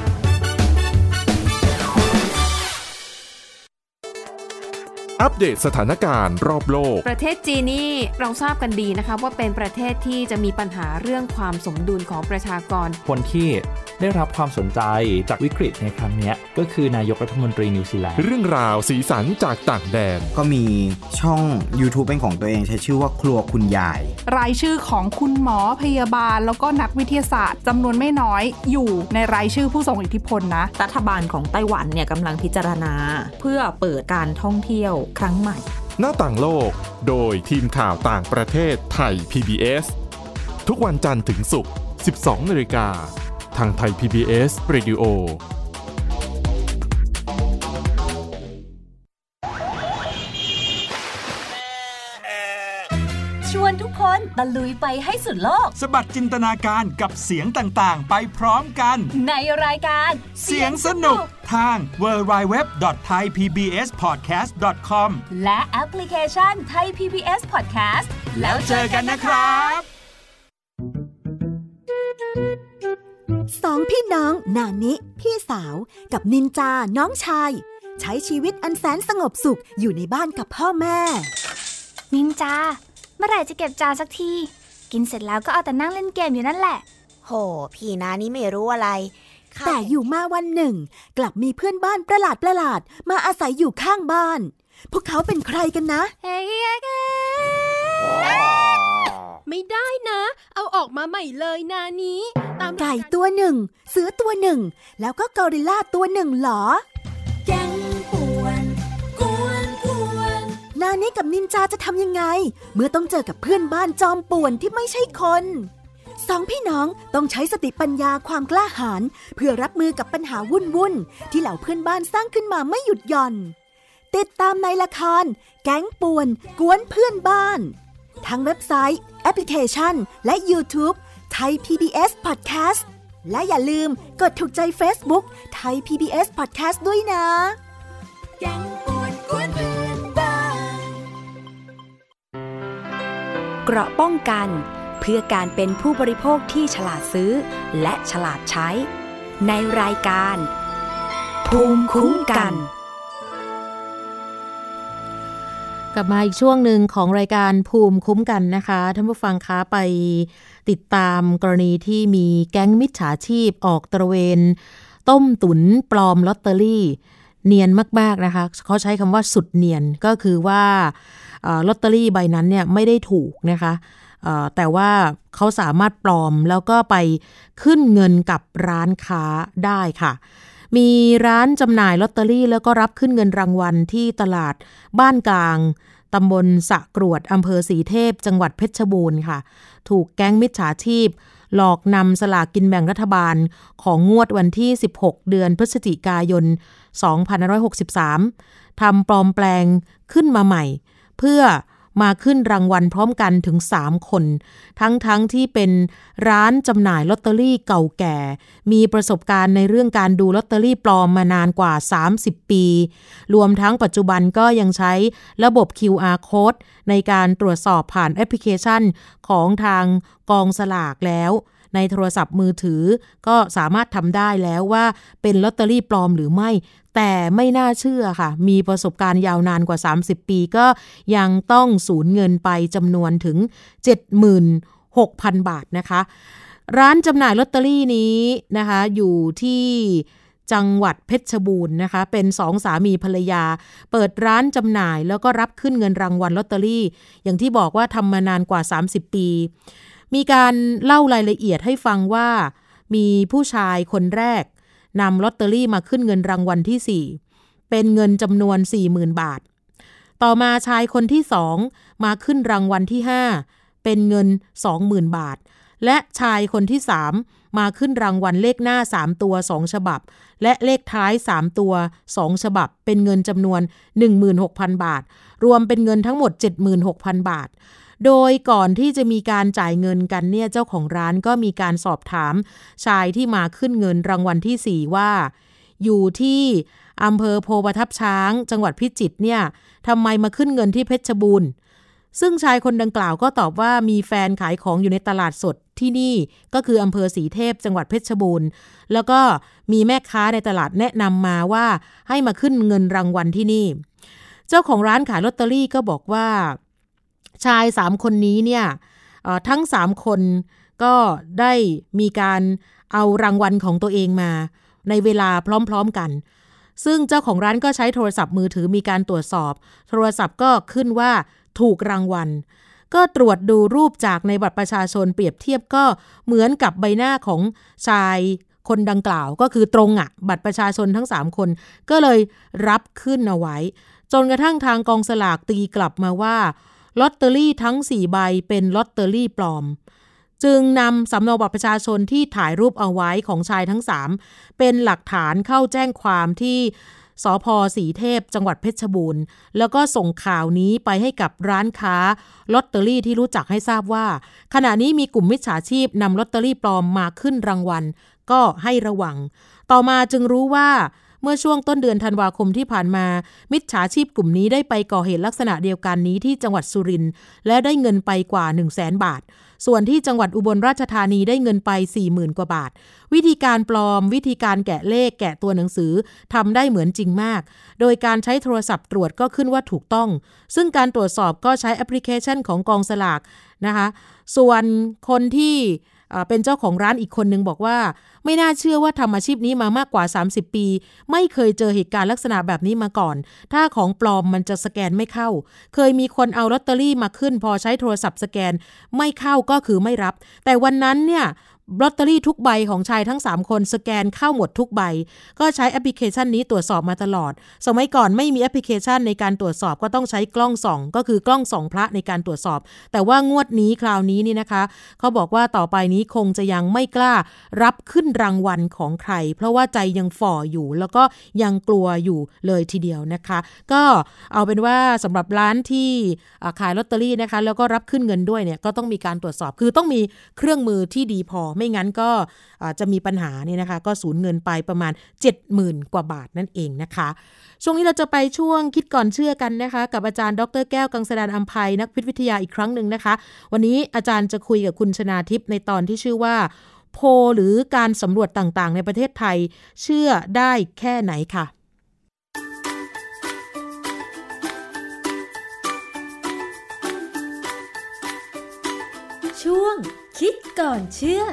อัปเดตสถานการณ์รอบโลกประเทศจีนนี่เราทราบกันดีนะคะว่าเป็นประเทศที่จะมีปัญหาเรื่องความสมดุลของประชากรคนที่ได้รับความสนใจจากวิกฤตในครั้งนี้ก็คือนายกรัฐมนตรีนิวซีแลนด์เรื่องราวสีสันจากต่างแดนก็มีช่อง YouTube เป็นของตัวเองใช้ชื่อว่าครัวคุณยายรายชื่อของคุณหมอพยาบาลแล้วก็นักวิทยาศาสตร์จำนวนไม่น้อยอยู่ในรายชื่อผู้ทรงอิทธิพลนะรัฐบาลของไต้หวันเนี่ยกำลังพิจารณาเพื่อเปิดการท่องเที่ยวครั้งใหม่หน้าต่างโลกโดยทีมข่าวต่างประเทศไทย พี บี เอส ทุกวันจันทร์ถึงศุกร์ สิบสองนาฬิกาทางไทย พี บี เอส Radio ชวนทุกคนตะลุยไปให้สุดโลกสบัดจินตนาการกับเสียงต่างๆไปพร้อมกันในรายการเสียงสนุกทาง ดับเบิลยู ดับเบิลยู ดับเบิลยู ดอท ไทย พี บี เอส พอดแคสต์ ดอท คอมและแอปพลิเคชัน Thai พี บี เอส Podcast แล้วเจอกันนะครับสองพี่น้องนานิพี่สาวกับนินจาน้องชายใช้ชีวิตอันแสนสงบสุขอยู่ในบ้านกับพ่อแม่นินจาเมื่อไหร่จะเก็บจานสักทีกินเสร็จแล้วก็เอาแต่นั่งเล่นเกมอยู่นั่นแหละโหพี่นานี่ไม่รู้อะไรแต่อยู่มาวันหนึ่งกลับมีเพื่อนบ้านประหลาดประหลาดมาอาศัยอยู่ข้างบ้านพวกเขาเป็นใครกันนะไม่ได้นะเอาออกมาใหม่เลยนานี้ไก่ตัวหนึ่งเสือตัวหนึ่งแล้วก็กอริลลาตัวหนึ่งหรอแก๊งป่วนกวนกวนนานี้กับนินจาจะทำยังไงเมื่อต้องเจอกับเพื่อนบ้านจอมป่วนที่ไม่ใช่คนสองพี่น้องต้องใช้สติปัญญาความกล้าหาญเพื่อรับมือกับปัญหาวุ่นๆที่เหล่าเพื่อนบ้านสร้างขึ้นมาไม่หยุดหย่อนติดตามในละครแก๊งป่วนกวนเพื่อนบ้านทั้งเว็บไซต์แอปพลิเคชันและ YouTube Thai พี บี เอส Podcast และอย่าลืมกดถูกใจ Facebook Thai พี บี เอส Podcast ด้วยนะแก๊งป่วนกวนเพื่อนบ้านเกราะป้องกันเพื่อการเป็นผู้บริโภคที่ฉลาดซื้อและฉลาดใช้ในรายการภูมิคุ้มกันกลับมาอีกช่วงหนึ่งของรายการภูมิคุ้มกันนะคะท่านผู้ฟังคะไปติดตามกรณีที่มีแก๊งมิจฉาชีพออกตระเวนต้มตุ๋นปลอมลอตเตอรี่เนียนมากๆนะคะเขาใช้คำว่าสุดเนียนก็คือว่าลอตเตอรี่ใบนั้นเนี่ยไม่ได้ถูกนะคะแต่ว่าเขาสามารถปลอมแล้วก็ไปขึ้นเงินกับร้านค้าได้ค่ะมีร้านจำหน่ายลอตเตอรี่แล้วก็รับขึ้นเงินรางวัลที่ตลาดบ้านกลางตำบลสะกรวดอำเภอศรีเทพจังหวัดเพชรบูรณ์ค่ะถูกแก๊งมิจฉาชีพหลอกนำสลากกินแบ่งรัฐบาลของงวดวันที่สิบหกเดือนพฤศจิกายนสองพันห้าร้อยหกสิบสามทำปลอมแปลงขึ้นมาใหม่เพื่อมาขึ้นรางวัลพร้อมกันถึงสามคนทั้งๆ ท, ที่เป็นร้านจำหน่ายลอตเตอรี่เก่าแก่มีประสบการณ์ในเรื่องการดูลอตเตอรี่ปลอมมานานกว่าสามสิบปีรวมทั้งปัจจุบันก็ยังใช้ระบบ คิว อาร์ Code ในการตรวจสอบผ่านแอปพลิเคชันของทางกองสลากแล้วในโทรศัพท์มือถือก็สามารถทำได้แล้วว่าเป็นลอตเตอรี่ปลอมหรือไม่แต่ไม่น่าเชื่อค่ะมีประสบการณ์ยาวนานกว่าสามสิบปีก็ยังต้องสูญเงินไปจำนวนถึง เจ็ดหมื่นหกพัน บาทนะคะร้านจำหน่ายลอตเตอรี่นี้นะคะอยู่ที่จังหวัดเพชรบูรณ์นะคะเป็นสองสามีภรรยาเปิดร้านจำหน่ายแล้วก็รับขึ้นเงินรางวัลลอตเตอรี่อย่างที่บอกว่าทำมานานกว่าสามสิบปีมีการเล่ารายละเอียดให้ฟังว่ามีผู้ชายคนแรกนำลอตเตอรี่มาขึ้นเงินรางวัลที่สี่เป็นเงินจำนวน สี่หมื่น บาทต่อมาชายคนที่สองมาขึ้นรางวัลที่ห้าเป็นเงิน สองหมื่น บาทและชายคนที่สามมาขึ้นรางวัลเลขหน้าสามตัวสองฉบับและเลขท้ายสามตัวสองฉบับเป็นเงินจำนวน หนึ่งหมื่นหกพัน บาทรวมเป็นเงินทั้งหมด เจ็ดหมื่นหกพัน บาทโดยก่อนที่จะมีการจ่ายเงินกันเนี่ยเจ้าของร้านก็มีการสอบถามชายที่มาขึ้นเงินรางวัลที่สี่ว่าอยู่ที่อำเภอโพประทับช้างจังหวัดพิจิตรเนี่ยทำไมมาขึ้นเงินที่เพชรบูรณ์ซึ่งชายคนดังกล่าวก็ตอบว่ามีแฟนขายของอยู่ในตลาดสดที่นี่ก็คืออำเภอสีเทพจังหวัดเพชรบูรณ์แล้วก็มีแม่ค้าในตลาดแนะนำมาว่าให้มาขึ้นเงินรางวัลที่นี่เจ้าของร้านขายลอตเตอรี่ก็บอกว่าชายสามคนนี้เนี่ยทั้งสามคนก็ได้มีการเอารางวัลของตัวเองมาในเวลาพร้อมๆกันซึ่งเจ้าของร้านก็ใช้โทรศัพท์มือถือมีการตรวจสอบโทรศัพท์ก็ขึ้นว่าถูกรางวัลก็ตรวจดูรูปจากในบัตรประชาชนเปรียบเทียบก็เหมือนกับใบหน้าของชายคนดังกล่าวก็คือตรงอ่ะบัตรประชาชนทั้งสามคนก็เลยรับขึ้นเอาไว้จนกระทั่งทางกองสลากตีกลับมาว่าลอตเตอรี่ทั้งสี่ใบเป็นลอตเตอรี่ปลอมจึงนำสำเนาบัตรประชาชนที่ถ่ายรูปเอาไว้ของชายทั้งสามเป็นหลักฐานเข้าแจ้งความที่สภ.สีเทพจังหวัดเพชรบูรณ์แล้วก็ส่งข่าวนี้ไปให้กับร้านค้าลอตเตอรี่ที่รู้จักให้ทราบว่าขณะนี้มีกลุ่มมิจฉาชีพนำลอตเตอรี่ปลอมมาขึ้นรางวัลก็ให้ระวังต่อมาจึงรู้ว่าเมื่อช่วงต้นเดือนธันวาคมที่ผ่านมามิจฉาชีพกลุ่มนี้ได้ไปก่อเหตุลักษณะเดียวกันนี้ที่จังหวัดสุรินทร์และได้เงินไปกว่า หนึ่งแสน บาทส่วนที่จังหวัดอุบลราชธานีได้เงินไป สี่หมื่น กว่าบาทวิธีการปลอมวิธีการแกะเลขแกะตัวหนังสือทำได้เหมือนจริงมากโดยการใช้โทรศัพท์ตรวจก็ขึ้นว่าถูกต้องซึ่งการตรวจสอบก็ใช้แอปพลิเคชันของกองสลากนะคะส่วนคนที่เป็นเจ้าของร้านอีกคนนึงบอกว่าไม่น่าเชื่อว่าทำอาชีพนี้มามากกว่าสามสิบปีไม่เคยเจอเหตุการณ์ลักษณะแบบนี้มาก่อนถ้าของปลอมมันจะสแกนไม่เข้าเคยมีคนเอาลอตเตอรี่มาขึ้นพอใช้โทรศัพท์สแกนไม่เข้าก็คือไม่รับแต่วันนั้นเนี่ยลอตเตอรี่ทุกใบของชายทั้งสามคนสแกนเข้าหมดทุกใบก็ใช้แอปพลิเคชันนี้ตรวจสอบมาตลอดสมัยก่อนไม่มีแอปพลิเคชันในการตรวจสอบก็ต้องใช้กล้องส่องก็คือกล้องส่องพระในการตรวจสอบแต่ว่างวดนี้คราวนี้นี่นะคะเขาบอกว่าต่อไปนี้คงจะยังไม่กล้ารับขึ้นรางวัลของใครเพราะว่าใจยังฝ่ออยู่แล้วก็ยังกลัวอยู่เลยทีเดียวนะคะก็เอาเป็นว่าสำหรับร้านที่ขายลอตเตอรี่นะคะแล้วก็รับขึ้นเงินด้วยเนี่ยก็ต้องมีการตรวจสอบคือต้องมีเครื่องมือที่ดีพอไม่งั้นก็จะมีปัญหานี่นะคะก็สูญเงินไปประมาณ เจ็ดหมื่น กว่าบาทนั่นเองนะคะช่วงนี้เราจะไปช่วงคิดก่อนเชื่อกันนะคะกับอาจารย์ดร.แก้วกังสดาลอำไพนักพิษวิทยาอีกครั้งหนึ่งนะคะวันนี้อาจารย์จะคุยกับคุณชนาทิพย์ในตอนที่ชื่อว่าโพลหรือการสำรวจต่างๆในประเทศไทยเชื่อได้แค่ไหนค่ะช่วงคิดก่อนเชื่อ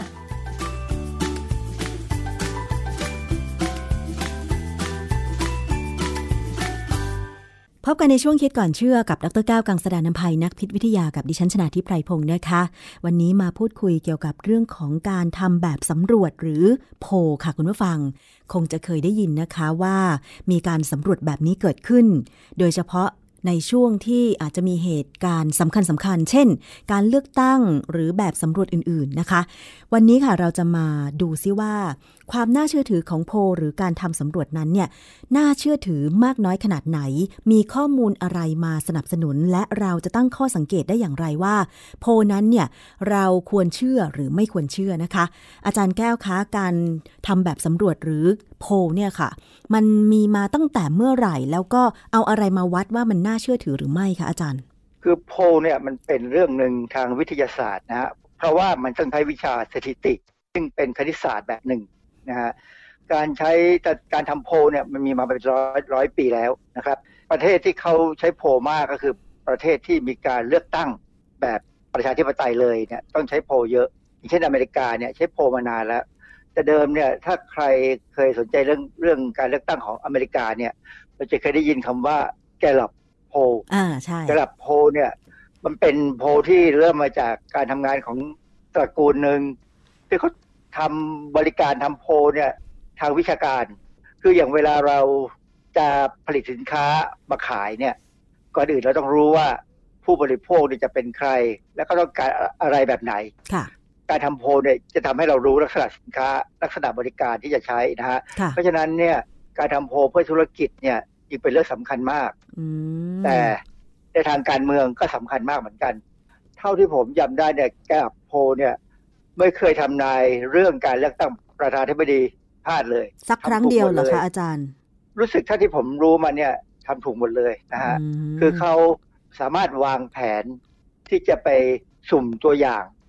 พบกันในช่วงคิดก่อนเชื่อกับดร.แก้วกังสดาลอำไพนักพิษวิทยากับดิฉันชนาทิพย์ไพรพงศ์นะคะวันนี้มาพูดคุยเกี่ยวกับเรื่องของการทำแบบสำรวจหรือโพลค่ะคุณผู้ฟังคงจะเคยได้ยินนะคะว่ามีการสำรวจแบบนี้เกิดขึ้นโดยเฉพาะในช่วงที่อาจจะมีเหตุการณ์สำคัญสำคัญเช่นการเลือกตั้งหรือแบบสำรวจอื่นๆนะคะวันนี้ค่ะเราจะมาดูซิว่าความน่าเชื่อถือของโพลหรือการทำสำรวจนั้นเนี่ยน่าเชื่อถือมากน้อยขนาดไหนมีข้อมูลอะไรมาสนับสนุนและเราจะตั้งข้อสังเกตได้อย่างไรว่าโพลนั้นเนี่ยเราควรเชื่อหรือไม่ควรเชื่อนะคะอาจารย์แก้วคะการทำแบบสำรวจหรือโพลเนี่ยค่ะมันมีมาตั้งแต่เมื่อไหร่แล้วก็เอาอะไรมาวัดว่ามันน่าเชื่อถือหรือไม่คะอาจารย์คือโพลเนี่ยมันเป็นเรื่องหนึ่งทางวิทยาศาสตร์นะฮะเพราะว่ามันต้องใช้วิชาสถิติซึ่งเป็นคณิตศาสตร์แบบหนึ่งนะฮะการใช้การทำโพลเนี่ยมันมีมาเป็นร้อยร้อยปีแล้วนะครับประเทศที่เขาใช้โพลมากก็คือประเทศที่มีการเลือกตั้งแบบประชาธิปไตยเลยเนี่ยต้องใช้โพลเยอะอย่างเช่นอเมริกาเนี่ยใช้โพลมานานแล้วแต่เดิมเนี่ยถ้าใครเคยสนใจเรื่องเรื่องการเลือกตั้งของอเมริกาเนี่ยเราจะเคยได้ยินคำว่าแกลลับโพลอ่าใช่แกลลับโพลเนี่ยมันเป็นโพลที่เริ่มมาจากการทำงานของตระกูลหนึ่งที่เขาทำบริการทำโพลเนี่ยทางวิชาการคืออย่างเวลาเราจะผลิตสินค้ามาขายเนี่ยก่อนอื่นเราต้องรู้ว่าผู้บริโภคเนี่ยจะเป็นใครและก็ต้องการอะไรแบบไหนค่ะการทำโพลเนี่ยจะทำให้เรารู้ลักษณะสินค้าลักษณะบริการที่จะใช้นะฮะเพราะฉะนั้นเนี่ยการทำโพลเพื่อธุรกิจเนี่ยจึงเป็นเรื่องสำคัญมากแต่ในทางการเมืองก็สำคัญมากเหมือนกันเท่าที่ผมจำได้เนี่ยแกลลับโพลเนี่ยไม่เคยทำนายเรื่องการเลือกตั้งประธานาธิบดีพลาดเลยสักครั้งเดียวเหรอคะอาจารย์รู้สึกถ้าที่ผมรู้มาเนี่ยทำถูกหมดเลยนะฮะคือเขาสามารถวางแผนที่จะไปสุ่มตัวอย่าง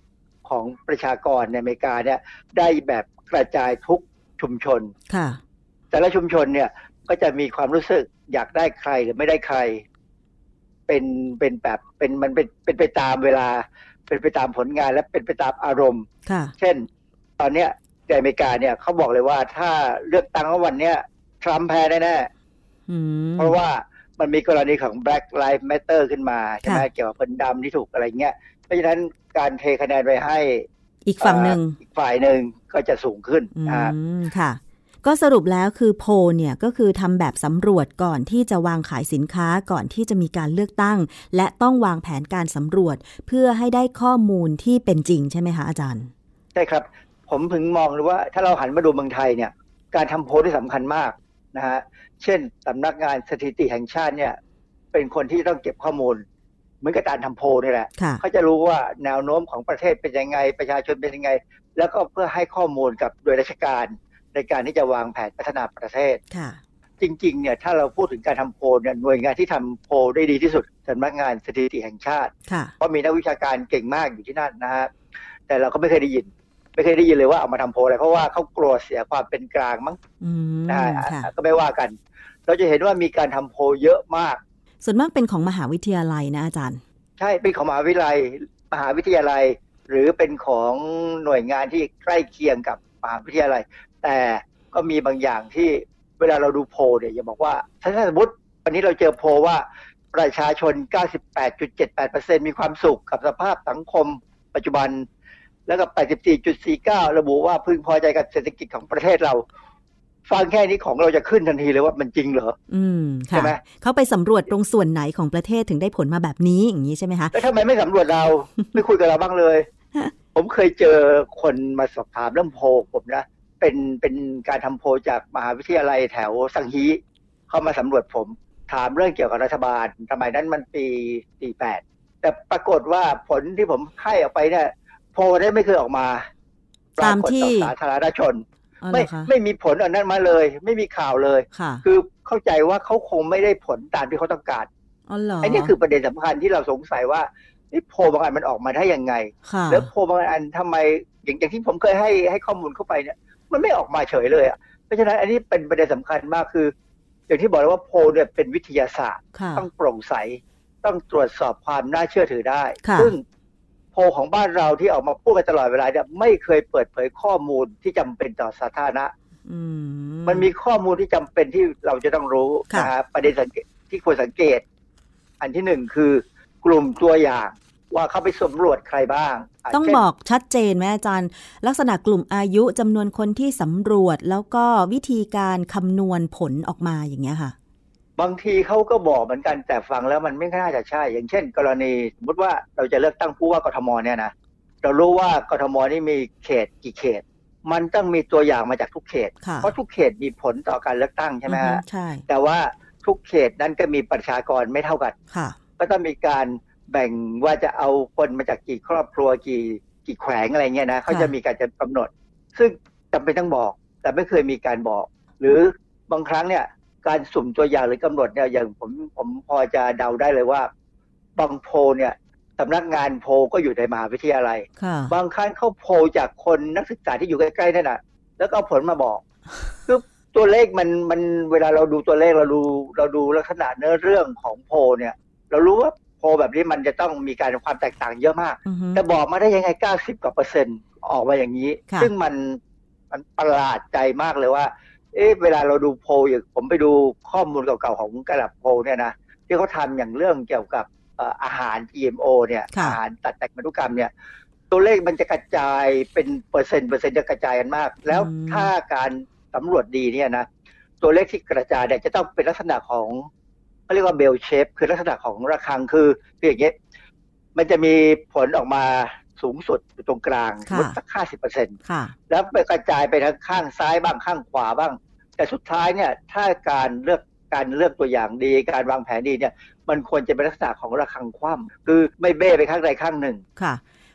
ของประชากรในอเมริกาเนี่ยได้แบบกระจายทุกชุมชนค่ะแต่ละชุมชนเนี่ยก็จะมีความรู้สึกอยากได้ใครหรือไม่ได้ใครเป็นเป็นแบบเป็นมันเป็นเป็นไปตามเวลาเป็นไปตามผลงานและเป็นไปตามอารมณ์เช่นตอนเนี้ยในอเมริกาเนี่ยเขาบอกเลยว่าถ้าเลือกตั้งวันเนี้ยทรัมป์แพ้แน่ๆเพราะว่ามันมีกรณีของ Black Lives Matter ขึ้นมาใช่ไหมเกี่ยวกับคนดำที่ถูกอะไรเงี้ยเพราะฉะนั้นการเทคะแนนไปให้อีกฝั่งหนึ่งอีกฝ่ายหนึ่งก็จะสูงขึ้นนะครับค่ะก็สรุปแล้วคือโพลเนี่ยก็คือทำแบบสำรวจก่อนที่จะวางขายสินค้าก่อนที่จะมีการเลือกตั้งและต้องวางแผนการสำรวจเพื่อให้ได้ข้อมูลที่เป็นจริงใช่ไหมคะอาจารย์ใช่ครับผมถึงมองเลยว่าถ้าเราหันมาดูเมืองไทยเนี่ยการทำโพลที่สำคัญมากนะฮะเช่นสำนักงานสถิติแห่งชาติเนี่ยเป็นคนที่ต้องเก็บข้อมูลเหมือนกับการทำโพลนี่แหละเขาจะรู้ว่าแนวโน้มของประเทศเป็นยังไงประชาชนเป็นยังไงแล้วก็เพื่อให้ข้อมูลกับโดยราชการในการที่จะวางแผนพัฒนาประเทศจริงๆเนี่ยถ้าเราพูดถึงการทำโพลเนี่ยหน่วยงานที่ทำโพลได้ดีที่สุดสำนักงานสถิติแห่งชาติเพราะมีนักวิชาการเก่งมากอยู่ที่นั่นนะฮะแต่เราก็ไม่เคยได้ยินไม่เคยได้ยินเลยว่าเอามาทำโพลอะไรเพราะว่าเขากลัวเสียความเป็นกลางมั้งนะก็ไม่ว่ากันเราจะเห็นว่ามีการทำโพลเยอะมากส่วนมากเป็นของมหาวิทยาลัยนะอาจารย์ใช่เป็นของมหาวิทยาลัยมหาวิทยาลัยหรือเป็นของหน่วยงานที่ใกล้เคียงกับมหาวิทยาลัยแต่ก็มีบางอย่างที่เวลาเราดูโพลเนี่ยอย่าบอกว่าถ้าสมมติวันนี้เราเจอโพลว่าประชาชน เก้าสิบแปดจุดเจ็ดแปดเปอร์เซ็นต์ มีความสุขกับสภาพสังคมปัจจุบันแล้วก็ แปดสิบสี่จุดสี่เก้า ระบุว่าพึงพอใจกับเศรษฐกิจของประเทศเราฟังแค่นี้ของเราจะขึ้นทันทีเลยว่ามันจริงเหรออืมใช่ไหมเขาไปสำรวจตรงส่วนไหนของประเทศถึงได้ผลมาแบบนี้อย่างนี้ใช่ไหมคะแล้วทำไมไม่สำรวจเรา ไม่คุยกับเราบ้างเลย ผมเคยเจอคนมาสอบถามเรื่องโพลผมนะเป็นเป็นการทำโพลจากมหาวิทยาลัยแถวสังฮีเข้ามาสำรวจผมถามเรื่องเกี่ยวกับรัฐบาลสมัยนั้นมันปีสี่สิบแปดแต่ปรากฏว่าผลที่ผมให้ออกไปเนี่ยโพลได้ไม่เคยออกมาตามที่สาธารณชนไม่ไม่มีผลอันนั้นมาเลยไม่มีข่าวเลยคือเข้าใจว่าเขาคงไม่ได้ผลตามที่เขาต้องการไอ้นี่คือประเด็นสำคัญที่เราสงสัยว่าโพลบางอันมันออกมาได้ยังไงแล้วโพลบางอันทำไมอย่างอย่างที่ผมเคยให้ให้ข้อมูลเข้าไปเนี่ยมันไม่ออกมาเฉยเลยอ่ะเพราะฉะนั้นอันนี้เป็นประเด็นสำคัญมากคืออย่างที่บอกแล้วว่าโพลเนี่ยเป็นวิทยาศาสตร์ต้องโปร่งใสต้องตรวจสอบความน่าเชื่อถือได้ซึ่งโพลของบ้านเราที่ออกมาพูดกันตลอดเวลาเนี่ยไม่เคยเปิดเผยข้อมูลที่จำเป็นต่อสาธารณะมันมีข้อมูลที่จำเป็นที่เราจะต้องรู้นะครับประเด็นที่ควรสังเกตอันที่หนึ่งคือกลุ่มตัวอย่างว่าเขาไปสำรวจใครบ้างต้องบอกชัดเจนไหมอาจารย์ลักษณะกลุ่มอายุจำนวนคนที่สำรวจแล้วก็วิธีการคำนวณผลออกมาอย่างเงี้ยค่ะบางทีเขาก็บอกเหมือนกันแต่ฟังแล้วมันไม่น่าจะใช่อย่างเช่นกรณีสมมติว่าเราจะเลือกตั้งผู้ว่ากทมเนี่ยนะเรารู้ว่ากทมนี่มีเขตกี่เขตมันต้องมีตัวอย่างมาจากทุกเขตเพราะทุกเขตมีผลต่อการเลือกตั้งใช่ไหมฮะใช่แต่ว่าทุกเขตนั้นก็มีประชากรไม่เท่ากันก็ต้องมีการแบ่งว่าจะเอาคนมาจากกี่ครอบครัวกี่กี่แขวงอะไรเงี้ยนะเขาจะมีการจะกำหนดซึ่งจำเป็นต้องบอกแต่ไม่เคยมีการบอกหรือบางครั้งเนี่ยการสุ่มตัวอย่างหรือกำหนดเนี่ยอย่างผมผมพอจะเดาได้เลยว่าบางโพลเนี่ยสำนักงานโพลก็อยู่ในมหาวิทยาลัยบางครั้งเขาโพลจากคนนักศึกษาที่อยู่ใกล้ๆนั่นน่ะแล้วก็เอาผลมาบอกคือตัวเลขมันมันเวลาเราดูตัวเลขเราดูเราดูลักษณะเนื้อเรื่องของโพลเนี่ยเรารู้ว่าโพลแบบนี้มันจะต้องมีการความแตกต่างเยอะมากแต่บอกมาได้ยังไงเก้าสิบกว่าเปอร์เซ็นต์ออกมาอย่างนี้ซึ่งมันมันประหลาดใจมากเลยว่าเอ๊ะเวลาเราดูโพลอย่างผมไปดูข้อมูลเก่าๆของกระดับโพลเนี่ยนะที่เขาทำอย่างเรื่องเกี่ยวกับอาหาร จี เอ็ม โอ เนี่ยอาหารตัดแต่งพันธุกรรมเนี่ยตัวเลขมันจะกระจายเป็นเปอร์เซ็นต์เปอร์เซ็นต์จะกระจายกันมากแล้วถ้าการสำรวจดีเนี่ยนะตัวเลขที่กระจายเนี่ยจะต้องเป็นลักษณะของเขาเรียกว่าเบลเชฟคือลักษณะของระฆังคือคืออย่างเงี้ยมันจะมีผลออกมาสูงสุดอยู่ตรงกลางสัก ห้าสิบเปอร์เซ็นต์ แล้วไปกระจายไปทางข้างซ้ายบ้างข้างขวาบ้างแต่สุดท้ายเนี่ยถ้าการเลือกการเลือกตัวอย่างดีการวางแผนดีเนี่ยมันควรจะเป็นลักษณะของระฆังคว่ำคือไม่เบ้ไปข้างใดข้างหนึ่งค่ะ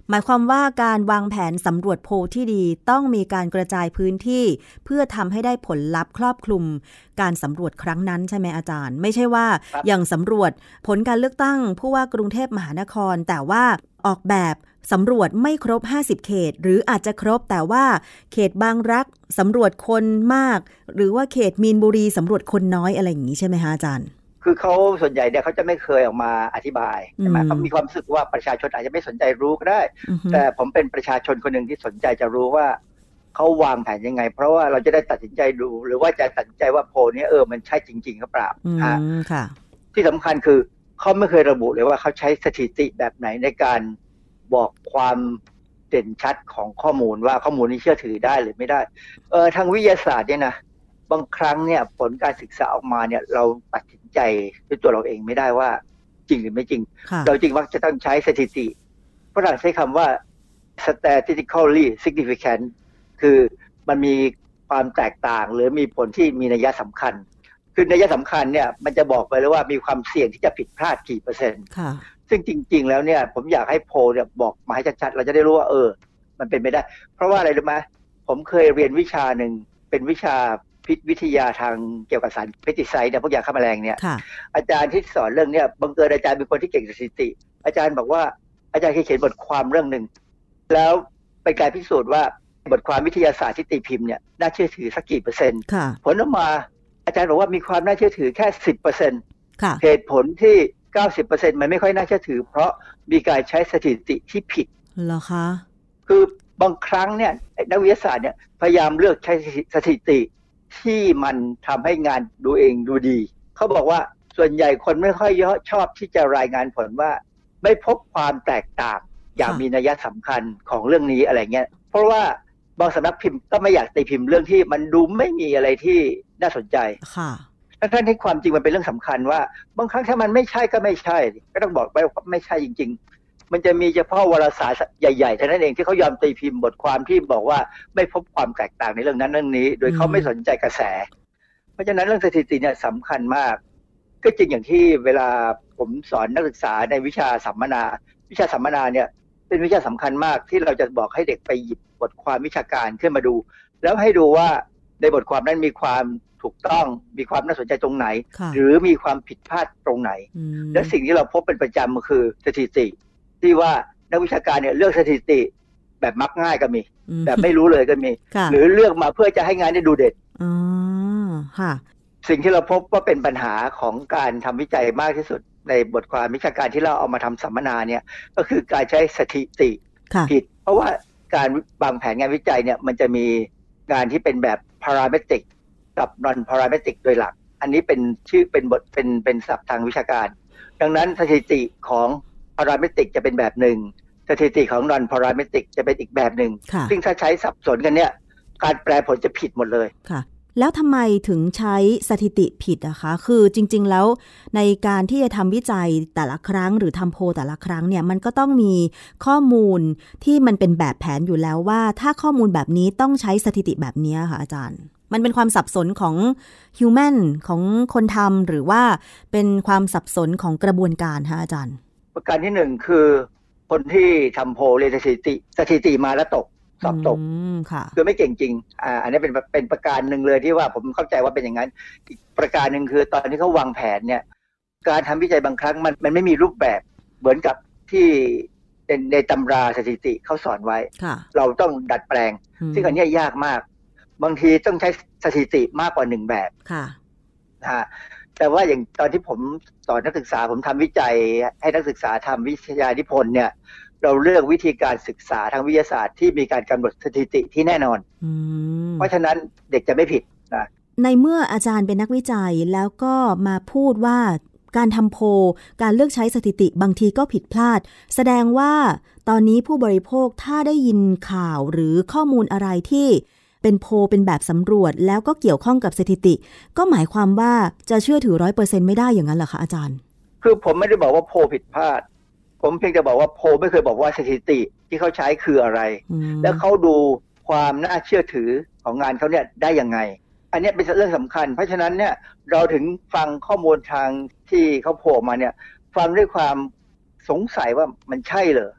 หมายความว่าการวางแผนสำรวจโพลที่ดีต้องมีการกระจายพื้นที่เพื่อทำให้ได้ผลลัพธ์ครอบคลุมการสำรวจครั้งนั้นใช่ไหมอาจารย์ไม่ใช่ว่าอย่างสำรวจผลการเลือกตั้งผู้ว่ากรุงเทพมหานครแต่ว่าออกแบบสำรวจไม่ครบห้าสิบเขตหรืออาจจะครบแต่ว่าเขตบางรักสำรวจคนมากหรือว่าเขตมีนบุรีสำรวจคนน้อยอะไรอย่างนี้ใช่ไหมคะอาจารย์คือเขาส่วนใหญ่เนี่ยเขาจะไม่เคยออกมาอธิบายใช่ไหมเขามีความรู้สึกว่าประชาชนอาจจะไม่สนใจรู้ก็ได้แต่ผมเป็นประชาชนคนหนึ่งที่สนใจจะรู้ว่าเขาวางแผนยังไงเพราะว่าเราจะได้ตัดสินใจดูหรือว่าจะตัดสินใจว่าโพลนี้เออมันใช่จริงๆหรือเปล่าค่ะที่สำคัญคือเขาไม่เคยระบุเลยว่าเขาใช้สถิติแบบไหนในการบอกความเด่นชัดของข้อมูลว่าข้อมูลนี้เชื่อถือได้หรือไม่ได้เออทางวิทยาศาสตร์เนี่ยนะบางครั้งเนี่ยผลการศึกษาออกมาเนี่ยเราตัดสินใจด้วยตัวเราเองไม่ได้ว่าจริงหรือไม่จริงเราจริงมักจะต้องใช้สถิติฝรั่งใช้คำว่า statistically significant คือมันมีความแตกต่างหรือมีผลที่มีนัยสำคัญคือนัยสำคัญเนี่ยมันจะบอกไปเลยว่ามีความเสี่ยงที่จะผิดพลาดกี่เปอร์เซ็นต์ซึ่งจริงๆแล้วเนี่ยผมอยากให้โพลเนี่ยบอกมาให้ชัดๆเราจะได้รู้ว่าเออมันเป็นไม่ได้เพราะว่าอะไรรู้ไหมผมเคยเรียนวิชาหนึ่งเป็นวิชาพิษวิทยาทางเกี่ยวกับสารเพสติไซด์เนี่ยพวกยาฆ่าแมลงเนี่ยอาจารย์ที่สอนเรื่องเนี้ยบังเอิญอาจารย์เป็นคนที่เก่งสถิติอาจารย์บอกว่าอาจารย์เคยเขียนบทความเรื่องนึงแล้วเป็นการพิสูจน์ว่าบทความวิทยาศาสตร์ที่ตีพิมพ์เนี่ยน่าเชื่อถือสักกี่เปอร์เซ็นต์ผลออกมาอาจารย์บอกว่ามีความน่าเชื่อถือแค่ สิบเปอร์เซ็นต์ เหตุผลที่ เก้าสิบเปอร์เซ็นต์ มันไม่ค่อยน่าเชื่อถือเพราะมีการใช้สถิติที่ผิดเหรอคะคือบางครั้งเนี่ยนักวิทยาศาสตร์เนี่ยพยายามเลือกใช้สถิติที่มันทำให้งานดูเองดูดีเขาบอกว่าส่วนใหญ่คนไม่ค่อยชอบที่จะรายงานผลว่าไม่พบความแตกต่างอย่างมีนัยสำคัญของเรื่องนี้อะไรเงี้ยเพราะว่าบางสำนักพิมพ์ก็ไม่อยากตีพิมพ์เรื่องที่มันดูไม่มีอะไรที่น่าสนใจค่ะทั้งที่ความจริงมันเป็นเรื่องสำคัญว่าบางครั้งถ้ามันไม่ใช่ก็ไม่ใช่ก็ต้องบอกไปว่าไม่ใช่จริงๆมันจะมีเฉพาะวารสารใหญ่ๆเท่านั้นเองที่เขายอมตีพิมพ์บทความที่บอกว่าไม่พบความแตกต่างในเรื่องนั้นเรื่องนี้โดยเขาไม่สนใจกระแสเพราะฉะนั้นเรื่องสถิติเนี่ยสำคัญมากก็จริงอย่างที่เวลาผมสอนนักศึกษาในวิชาสัมมนาวิชาสัมมนาเนี่ยเป็นวิชาสำคัญมากที่เราจะบอกให้เด็กไปหยิบบทความวิชาการขึ้นมาดูแล้วให้ดูว่าในบทความนั้นมีความถูกต้องมีความน่าสนใจตรงไหนหรือมีความผิดพลาดตรงไหนและสิ่งที่เราพบเป็นประจำก็คือสถิติที่ว่านักวิชาการเนี่ยเลือกสถิติแบบมักง่ายก็มีแบบไม่รู้เลยก็มีหรือเลือกมาเพื่อจะให้งานได้ดูเด่นอ๋อค่ะสิ่งที่เราพบว่าเป็นปัญหาของการทำวิจัยมากที่สุดในบทความวิชาการที่เราเอามาทำสัมมนาเนี่ยก็คือการใช้สถิติผิดเพราะว่าการวางแผนงานวิจัยเนี่ยมันจะมีงานที่เป็นแบบ parametric กับ non parametric โดยหลักอันนี้เป็นชื่อเป็นบทเป็นเป็นศัพท์ทางวิชาการดังนั้นสถิติของ parametric จะเป็นแบบหนึ่งสถิติของ non parametric จะเป็นอีกแบบหนึ่งซึ่งถ้าใช้สับสนกันเนี่ยการแปลผลจะผิดหมดเลยค่ะแล้วทำไมถึงใช้สถิติผิดอะคะคือจริงๆแล้วในการที่จะทำวิจัยแต่ละครั้งหรือทำโพลแต่ละครั้งเนี่ยมันก็ต้องมีข้อมูลที่มันเป็นแบบแผนอยู่แล้วว่าถ้าข้อมูลแบบนี้ต้องใช้สถิติแบบนี้ค่ะอาจารย์มันเป็นความสับสนของ human ของคนทำหรือว่าเป็นความสับสนของกระบวนการคะอาจารย์ประการที่หนึ่งคือคนที่ทำโพลเรียนสถิติสถิติมาแล้วตกสอบตกคือไม่เก่งจริงอ่าอันนี้เป็นเป็นประการหนึ่งเลยที่ว่าผมเข้าใจว่าเป็นอย่างนั้นอีกประการหนึ่งคือตอนที่เขาวางแผนเนี่ยการทำวิจัยบางครั้งมันมันไม่มีรูปแบบเหมือนกับที่ในในตำราสถิติเขาสอนไว้เราต้องดัดแปลงซึ่งอันนี้ยากมากบางทีต้องใช้สถิติมากกว่าหนึ่งแบบนะฮะแต่ว่าอย่างตอนที่ผมสอนนักศึกษาผมทำวิจัยให้นักศึกษาทำวิทยานิพนธ์เนี่ยเราเลือกวิธีการศึกษาทางวิทยาศาสตร์ที่มีการกำหนดสถิติที่แน่นอนเพราะฉะนั้นเด็กจะไม่ผิดนะในเมื่ออาจารย์เป็นนักวิจัยแล้วก็มาพูดว่าการทำโพลการเลือกใช้สถิติบางทีก็ผิดพลาดแสดงว่าตอนนี้ผู้บริโภคถ้าได้ยินข่าวหรือข้อมูลอะไรที่เป็นโพลเป็นแบบสำรวจแล้วก็เกี่ยวข้องกับสถิติก็หมายความว่าจะเชื่อถือ ร้อยเปอร์เซ็นต์ ไม่ได้อย่างนั้นเหรอคะอาจารย์คือผมไม่ได้บอกว่าโพลผิดพลาดผมเพียงแต่บอกว่าโพลไม่เคยบอกว่าสถิติที่เขาใช้คืออะไรแล้วเขาดูความน่าเชื่อถือของงานเขาเนี่ยได้ยังไงอันนี้เป็นเรื่องสำคัญเพราะฉะนั้นเนี่ยเราถึงฟังข้อมูลทางที่เขาโผล่มาเนี่ยฟังด้วยความสงสัยว่ามันใช่เหรอ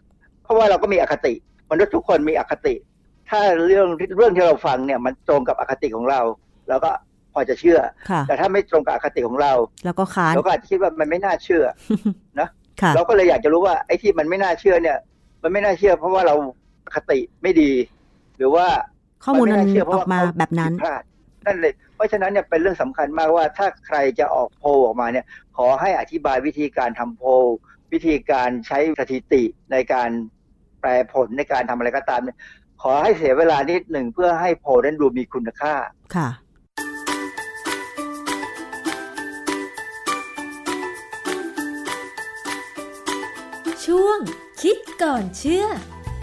ราะว่าเราก็มีอคติมนุษย์ทุกคนมีอคติถ้าเรื่องเรื่องที่เราฟังเนี่ยมันตรงกับอคติของเราเราก็พอจะเชื่อแต่ถ้าไม่ตรงกับอคติของเราแล้วก็ค้านเราก็อาจจะคิดว่ามันไม่น่าเชื่อนะเราก็เลยอยากจะรู้ว่าไอ้ที่มันไม่น่าเชื่อเนี่ยมันไม่น่าเชื่อเพราะว่าเราอคติไม่ดีหรือว่าข้อมูลมันออกมาแบบนั้นนั่นเลยเพราะฉะนั้นเนี่ยเป็นเรื่องสำคัญมากว่าถ้าใครจะออกโพลออกมาเนี่ยขอให้อธิบายวิธีการทำโพลวิธีการใช้สถิติในการแปลผลในการทำอะไรก็ตามเนี่ยขอให้เสียเวลานิดหนึ่งเพื่อให้โพลนั้นดูมีคุณค่าค่ะช่วงคิดก่อนเชื่อ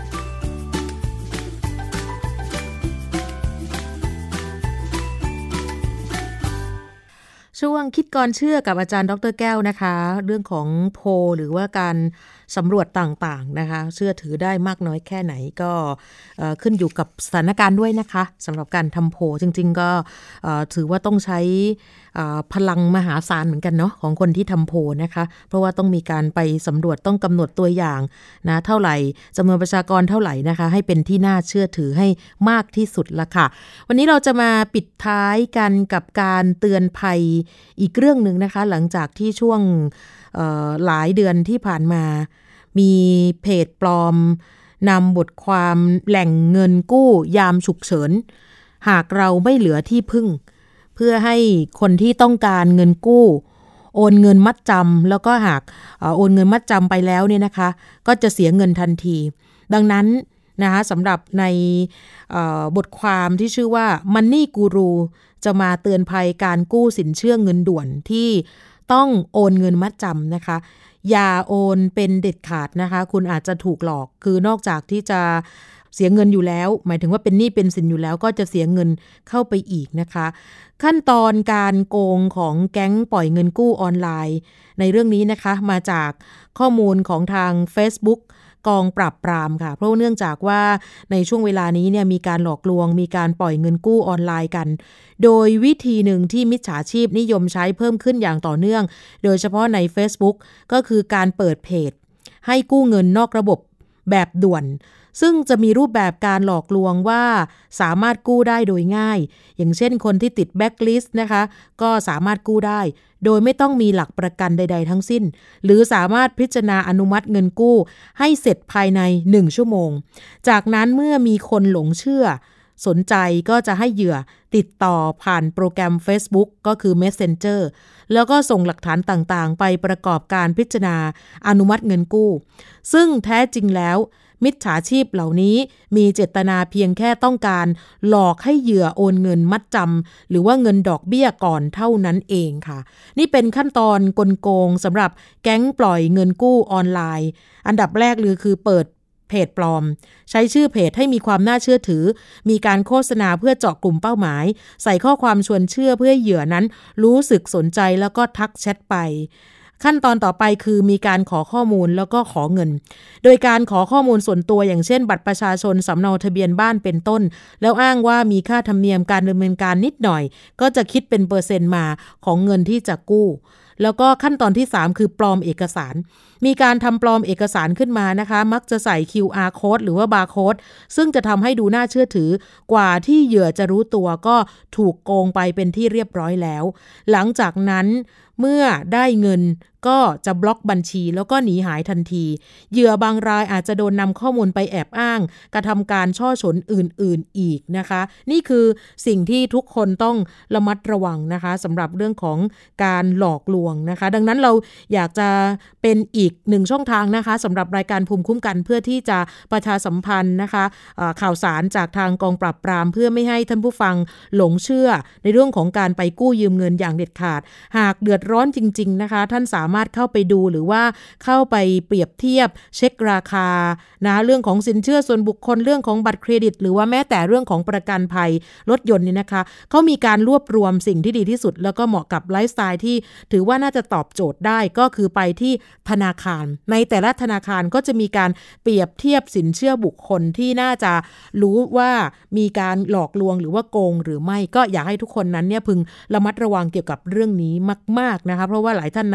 ช่วงคิดก่อนเชื่อกับอาจารย์ดร.แก้วนะคะเรื่องของโพลหรือว่าการสำรวจต่างๆนะคะเชื่อถือได้มากน้อยแค่ไหนก็ขึ้นอยู่กับสถานการณ์ด้วยนะคะสำหรับการทำโพลจริงๆก็ถือว่าต้องใช้พลังมหาศาลเหมือนกันเนาะของคนที่ทำโพลนะคะเพราะว่าต้องมีการไปสำรวจต้องกำหนดตัวอย่างนะเท่าไหร่จำนวนประชากรเท่าไหร่นะคะให้เป็นที่น่าเชื่อถือให้มากที่สุดละค่ะวันนี้เราจะมาปิดท้ายกันกับการเตือนภัยอีกเรื่องนึงนะคะหลังจากที่ช่วงหลายเดือนที่ผ่านมามีเพจปลอมนำบทความแหล่งเงินกู้ยามฉุกเฉินหากเราไม่เหลือที่พึ่งเพื่อให้คนที่ต้องการเงินกู้โอนเงินมัดจำแล้วก็หากโอนเงินมัดจำไปแล้วเนี่ยนะคะก็จะเสียเงินทันทีดังนั้นนะคะสำหรับในบทความที่ชื่อว่า Money Guru จะมาเตือนภัยการกู้สินเชื่อเงินด่วนที่ต้องโอนเงินมัดจำนะคะอย่าโอนเป็นเด็ดขาดนะคะคุณอาจจะถูกหลอกคือนอกจากที่จะเสียเงินอยู่แล้วหมายถึงว่าเป็นหนี้เป็นสินอยู่แล้วก็จะเสียเงินเข้าไปอีกนะคะขั้นตอนการโกงของแก๊งปล่อยเงินกู้ออนไลน์ในเรื่องนี้นะคะมาจากข้อมูลของทาง Facebookกองปราบปรามค่ะเพราะเนื่องจากว่าในช่วงเวลานี้เนี่ยมีการหลอกลวงมีการปล่อยเงินกู้ออนไลน์กันโดยวิธีหนึ่งที่มิจฉาชีพนิยมใช้เพิ่มขึ้นอย่างต่อเนื่องโดยเฉพาะใน Facebook ก็คือการเปิดเพจให้กู้เงินนอกระบบแบบด่วนซึ่งจะมีรูปแบบการหลอกลวงว่าสามารถกู้ได้โดยง่ายอย่างเช่นคนที่ติดแบ็คลิสต์นะคะก็สามารถกู้ได้โดยไม่ต้องมีหลักประกันใดๆทั้งสิ้นหรือสามารถพิจารณาอนุมัติเงินกู้ให้เสร็จภายในหนึ่งชั่วโมงจากนั้นเมื่อมีคนหลงเชื่อสนใจก็จะให้เหยื่อติดต่อผ่านโปรแกรม Facebook ก็คือ Messenger แล้วก็ส่งหลักฐานต่างๆไปประกอบการพิจารณาอนุมัติเงินกู้ซึ่งแท้จริงแล้วมิจฉาชีพเหล่านี้มีเจตนาเพียงแค่ต้องการหลอกให้เหยื่อโอนเงินมัดจำหรือว่าเงินดอกเบี้ยก่อนเท่านั้นเองค่ะนี่เป็นขั้นตอนกลโกงสำหรับแก๊งปล่อยเงินกู้ออนไลน์อันดับแรกเลยคือเปิดเพจปลอมใช้ชื่อเพจให้มีความน่าเชื่อถือมีการโฆษณาเพื่อเจาะกลุ่มเป้าหมายใส่ข้อความชวนเชื่อเพื่อเหยื่อนั้นรู้สึกสนใจแล้วก็ทักแชทไปขั้นตอนต่อไปคือมีการขอข้อมูลแล้วก็ขอเงินโดยการขอข้อมูลส่วนตัวอย่างเช่นบัตรประชาชนสำเนาทะเบียนบ้านเป็นต้นแล้วอ้างว่ามีค่าธรรมเนียมการดำเนินการนิดหน่อยก็จะคิดเป็นเปอร์เซ็นต์มาของเงินที่จะกู้แล้วก็ขั้นตอนที่สามคือปลอมเอกสารมีการทำปลอมเอกสารขึ้นมานะคะมักจะใส่ คิว อาร์ Code หรือว่า Barcode ซึ่งจะทำให้ดูน่าเชื่อถือกว่าที่เหยื่อจะรู้ตัวก็ถูกโกงไปเป็นที่เรียบร้อยแล้วหลังจากนั้นเมื่อได้เงินก็จะบล็อกบัญชีแล้วก็หนีหายทันทีเหยื่อบางรายอาจจะโดนนำข้อมูลไปแอบอ้างกระทำการช่อฉนอื่นๆอีกนะคะนี่คือสิ่งที่ทุกคนต้องระมัดระวังนะคะสำหรับเรื่องของการหลอกลวงนะคะดังนั้นเราอยากจะเป็นอีกหนึ่งช่องทางนะคะสำหรับรายการภูมิคุ้มกันเพื่อที่จะประชาสัมพันธ์นะคะข่าวสารจากทางกองปราบปรามเพื่อไม่ให้ท่านผู้ฟังหลงเชื่อในเรื่องของการไปกู้ยืมเงินอย่างเด็ดขาดหากเดือดร้อนจริงๆนะคะท่านสามารถเข้าไปดูหรือว่าเข้าไปเปรียบเทียบเช็คราคานะเรื่องของสินเชื่อส่วนบุคคลเรื่องของบัตรเครดิตหรือว่าแม้แต่เรื่องของประกันภัยรถยนต์นี่นะคะเขามีการรวบรวมสิ่งที่ดีที่สุดแล้วก็เหมาะกับไลฟ์สไตล์ที่ถือว่าน่าจะตอบโจทย์ได้ก็คือไปที่ธนาคารในแต่ละธนาคารก็จะมีการเปรียบเทียบสินเชื่อบุคคลที่น่าจะรู้ว่ามีการหลอกลวงหรือว่าโกงหรือไม่ก็อยากให้ทุกคนนั้นเนี่ยพึงระมัดระวังเกี่ยวกับเรื่องนี้มากๆนะคะเพราะว่าหลายท่านนั้นเดือดร้อน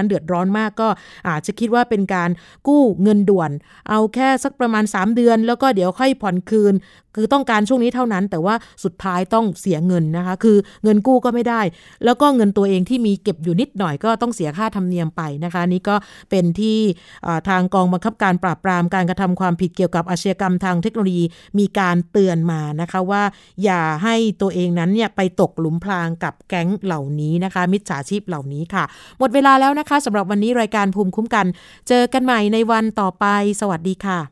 อนมากก็อาจจะคิดว่าเป็นการกู้เงินด่วนเอาแค่สักประมาณสามเดือนแล้วก็เดี๋ยวค่อยผ่อนคืนคือต้องการช่วงนี้เท่านั้นแต่ว่าสุดท้ายต้องเสียเงินนะคะคือเงินกู้ก็ไม่ได้แล้วก็เงินตัวเองที่มีเก็บอยู่นิดหน่อยก็ต้องเสียค่าธรรมเนียมไปนะคะนี่ก็เป็นที่ทางกองบังคับการปราบปรามการกระทำความผิดเกี่ยวกับอาชญากรรมทางเทคโนโลยีมีการเตือนมานะคะว่าอย่าให้ตัวเองนั้นเนี่ยไปตกหลุมพรางกับแก๊งเหล่านี้นะคะมิจฉาชีพเหล่านี้ค่ะหมดเวลาแล้วนะคะสำหรับวันนี้รายการภูมิคุ้มกันเจอกันใหม่ในวันต่อไปสวัสดีค่ะ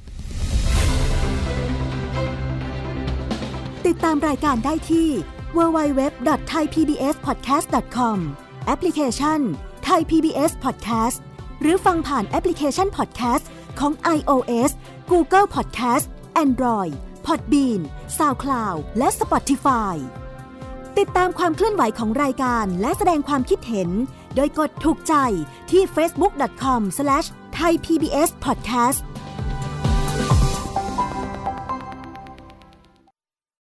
ติดตามรายการได้ที่ ดับเบิลยู ดับเบิลยู ดับเบิลยู ดอท ไทย พี บี เอส พอดแคสต์ ดอท คอม แอปพลิเคชัน Thai พี บี เอส Podcast หรือฟังผ่านแอปพลิเคชัน Podcast ของ iOS Google Podcast Android Podbean SoundCloud และ Spotify ติดตามความเคลื่อนไหวของรายการและแสดงความคิดเห็นโดยกดถูกใจที่ เฟซบุ๊ก ดอท คอม สแลช ไทย พี บี เอส พอดแคสต์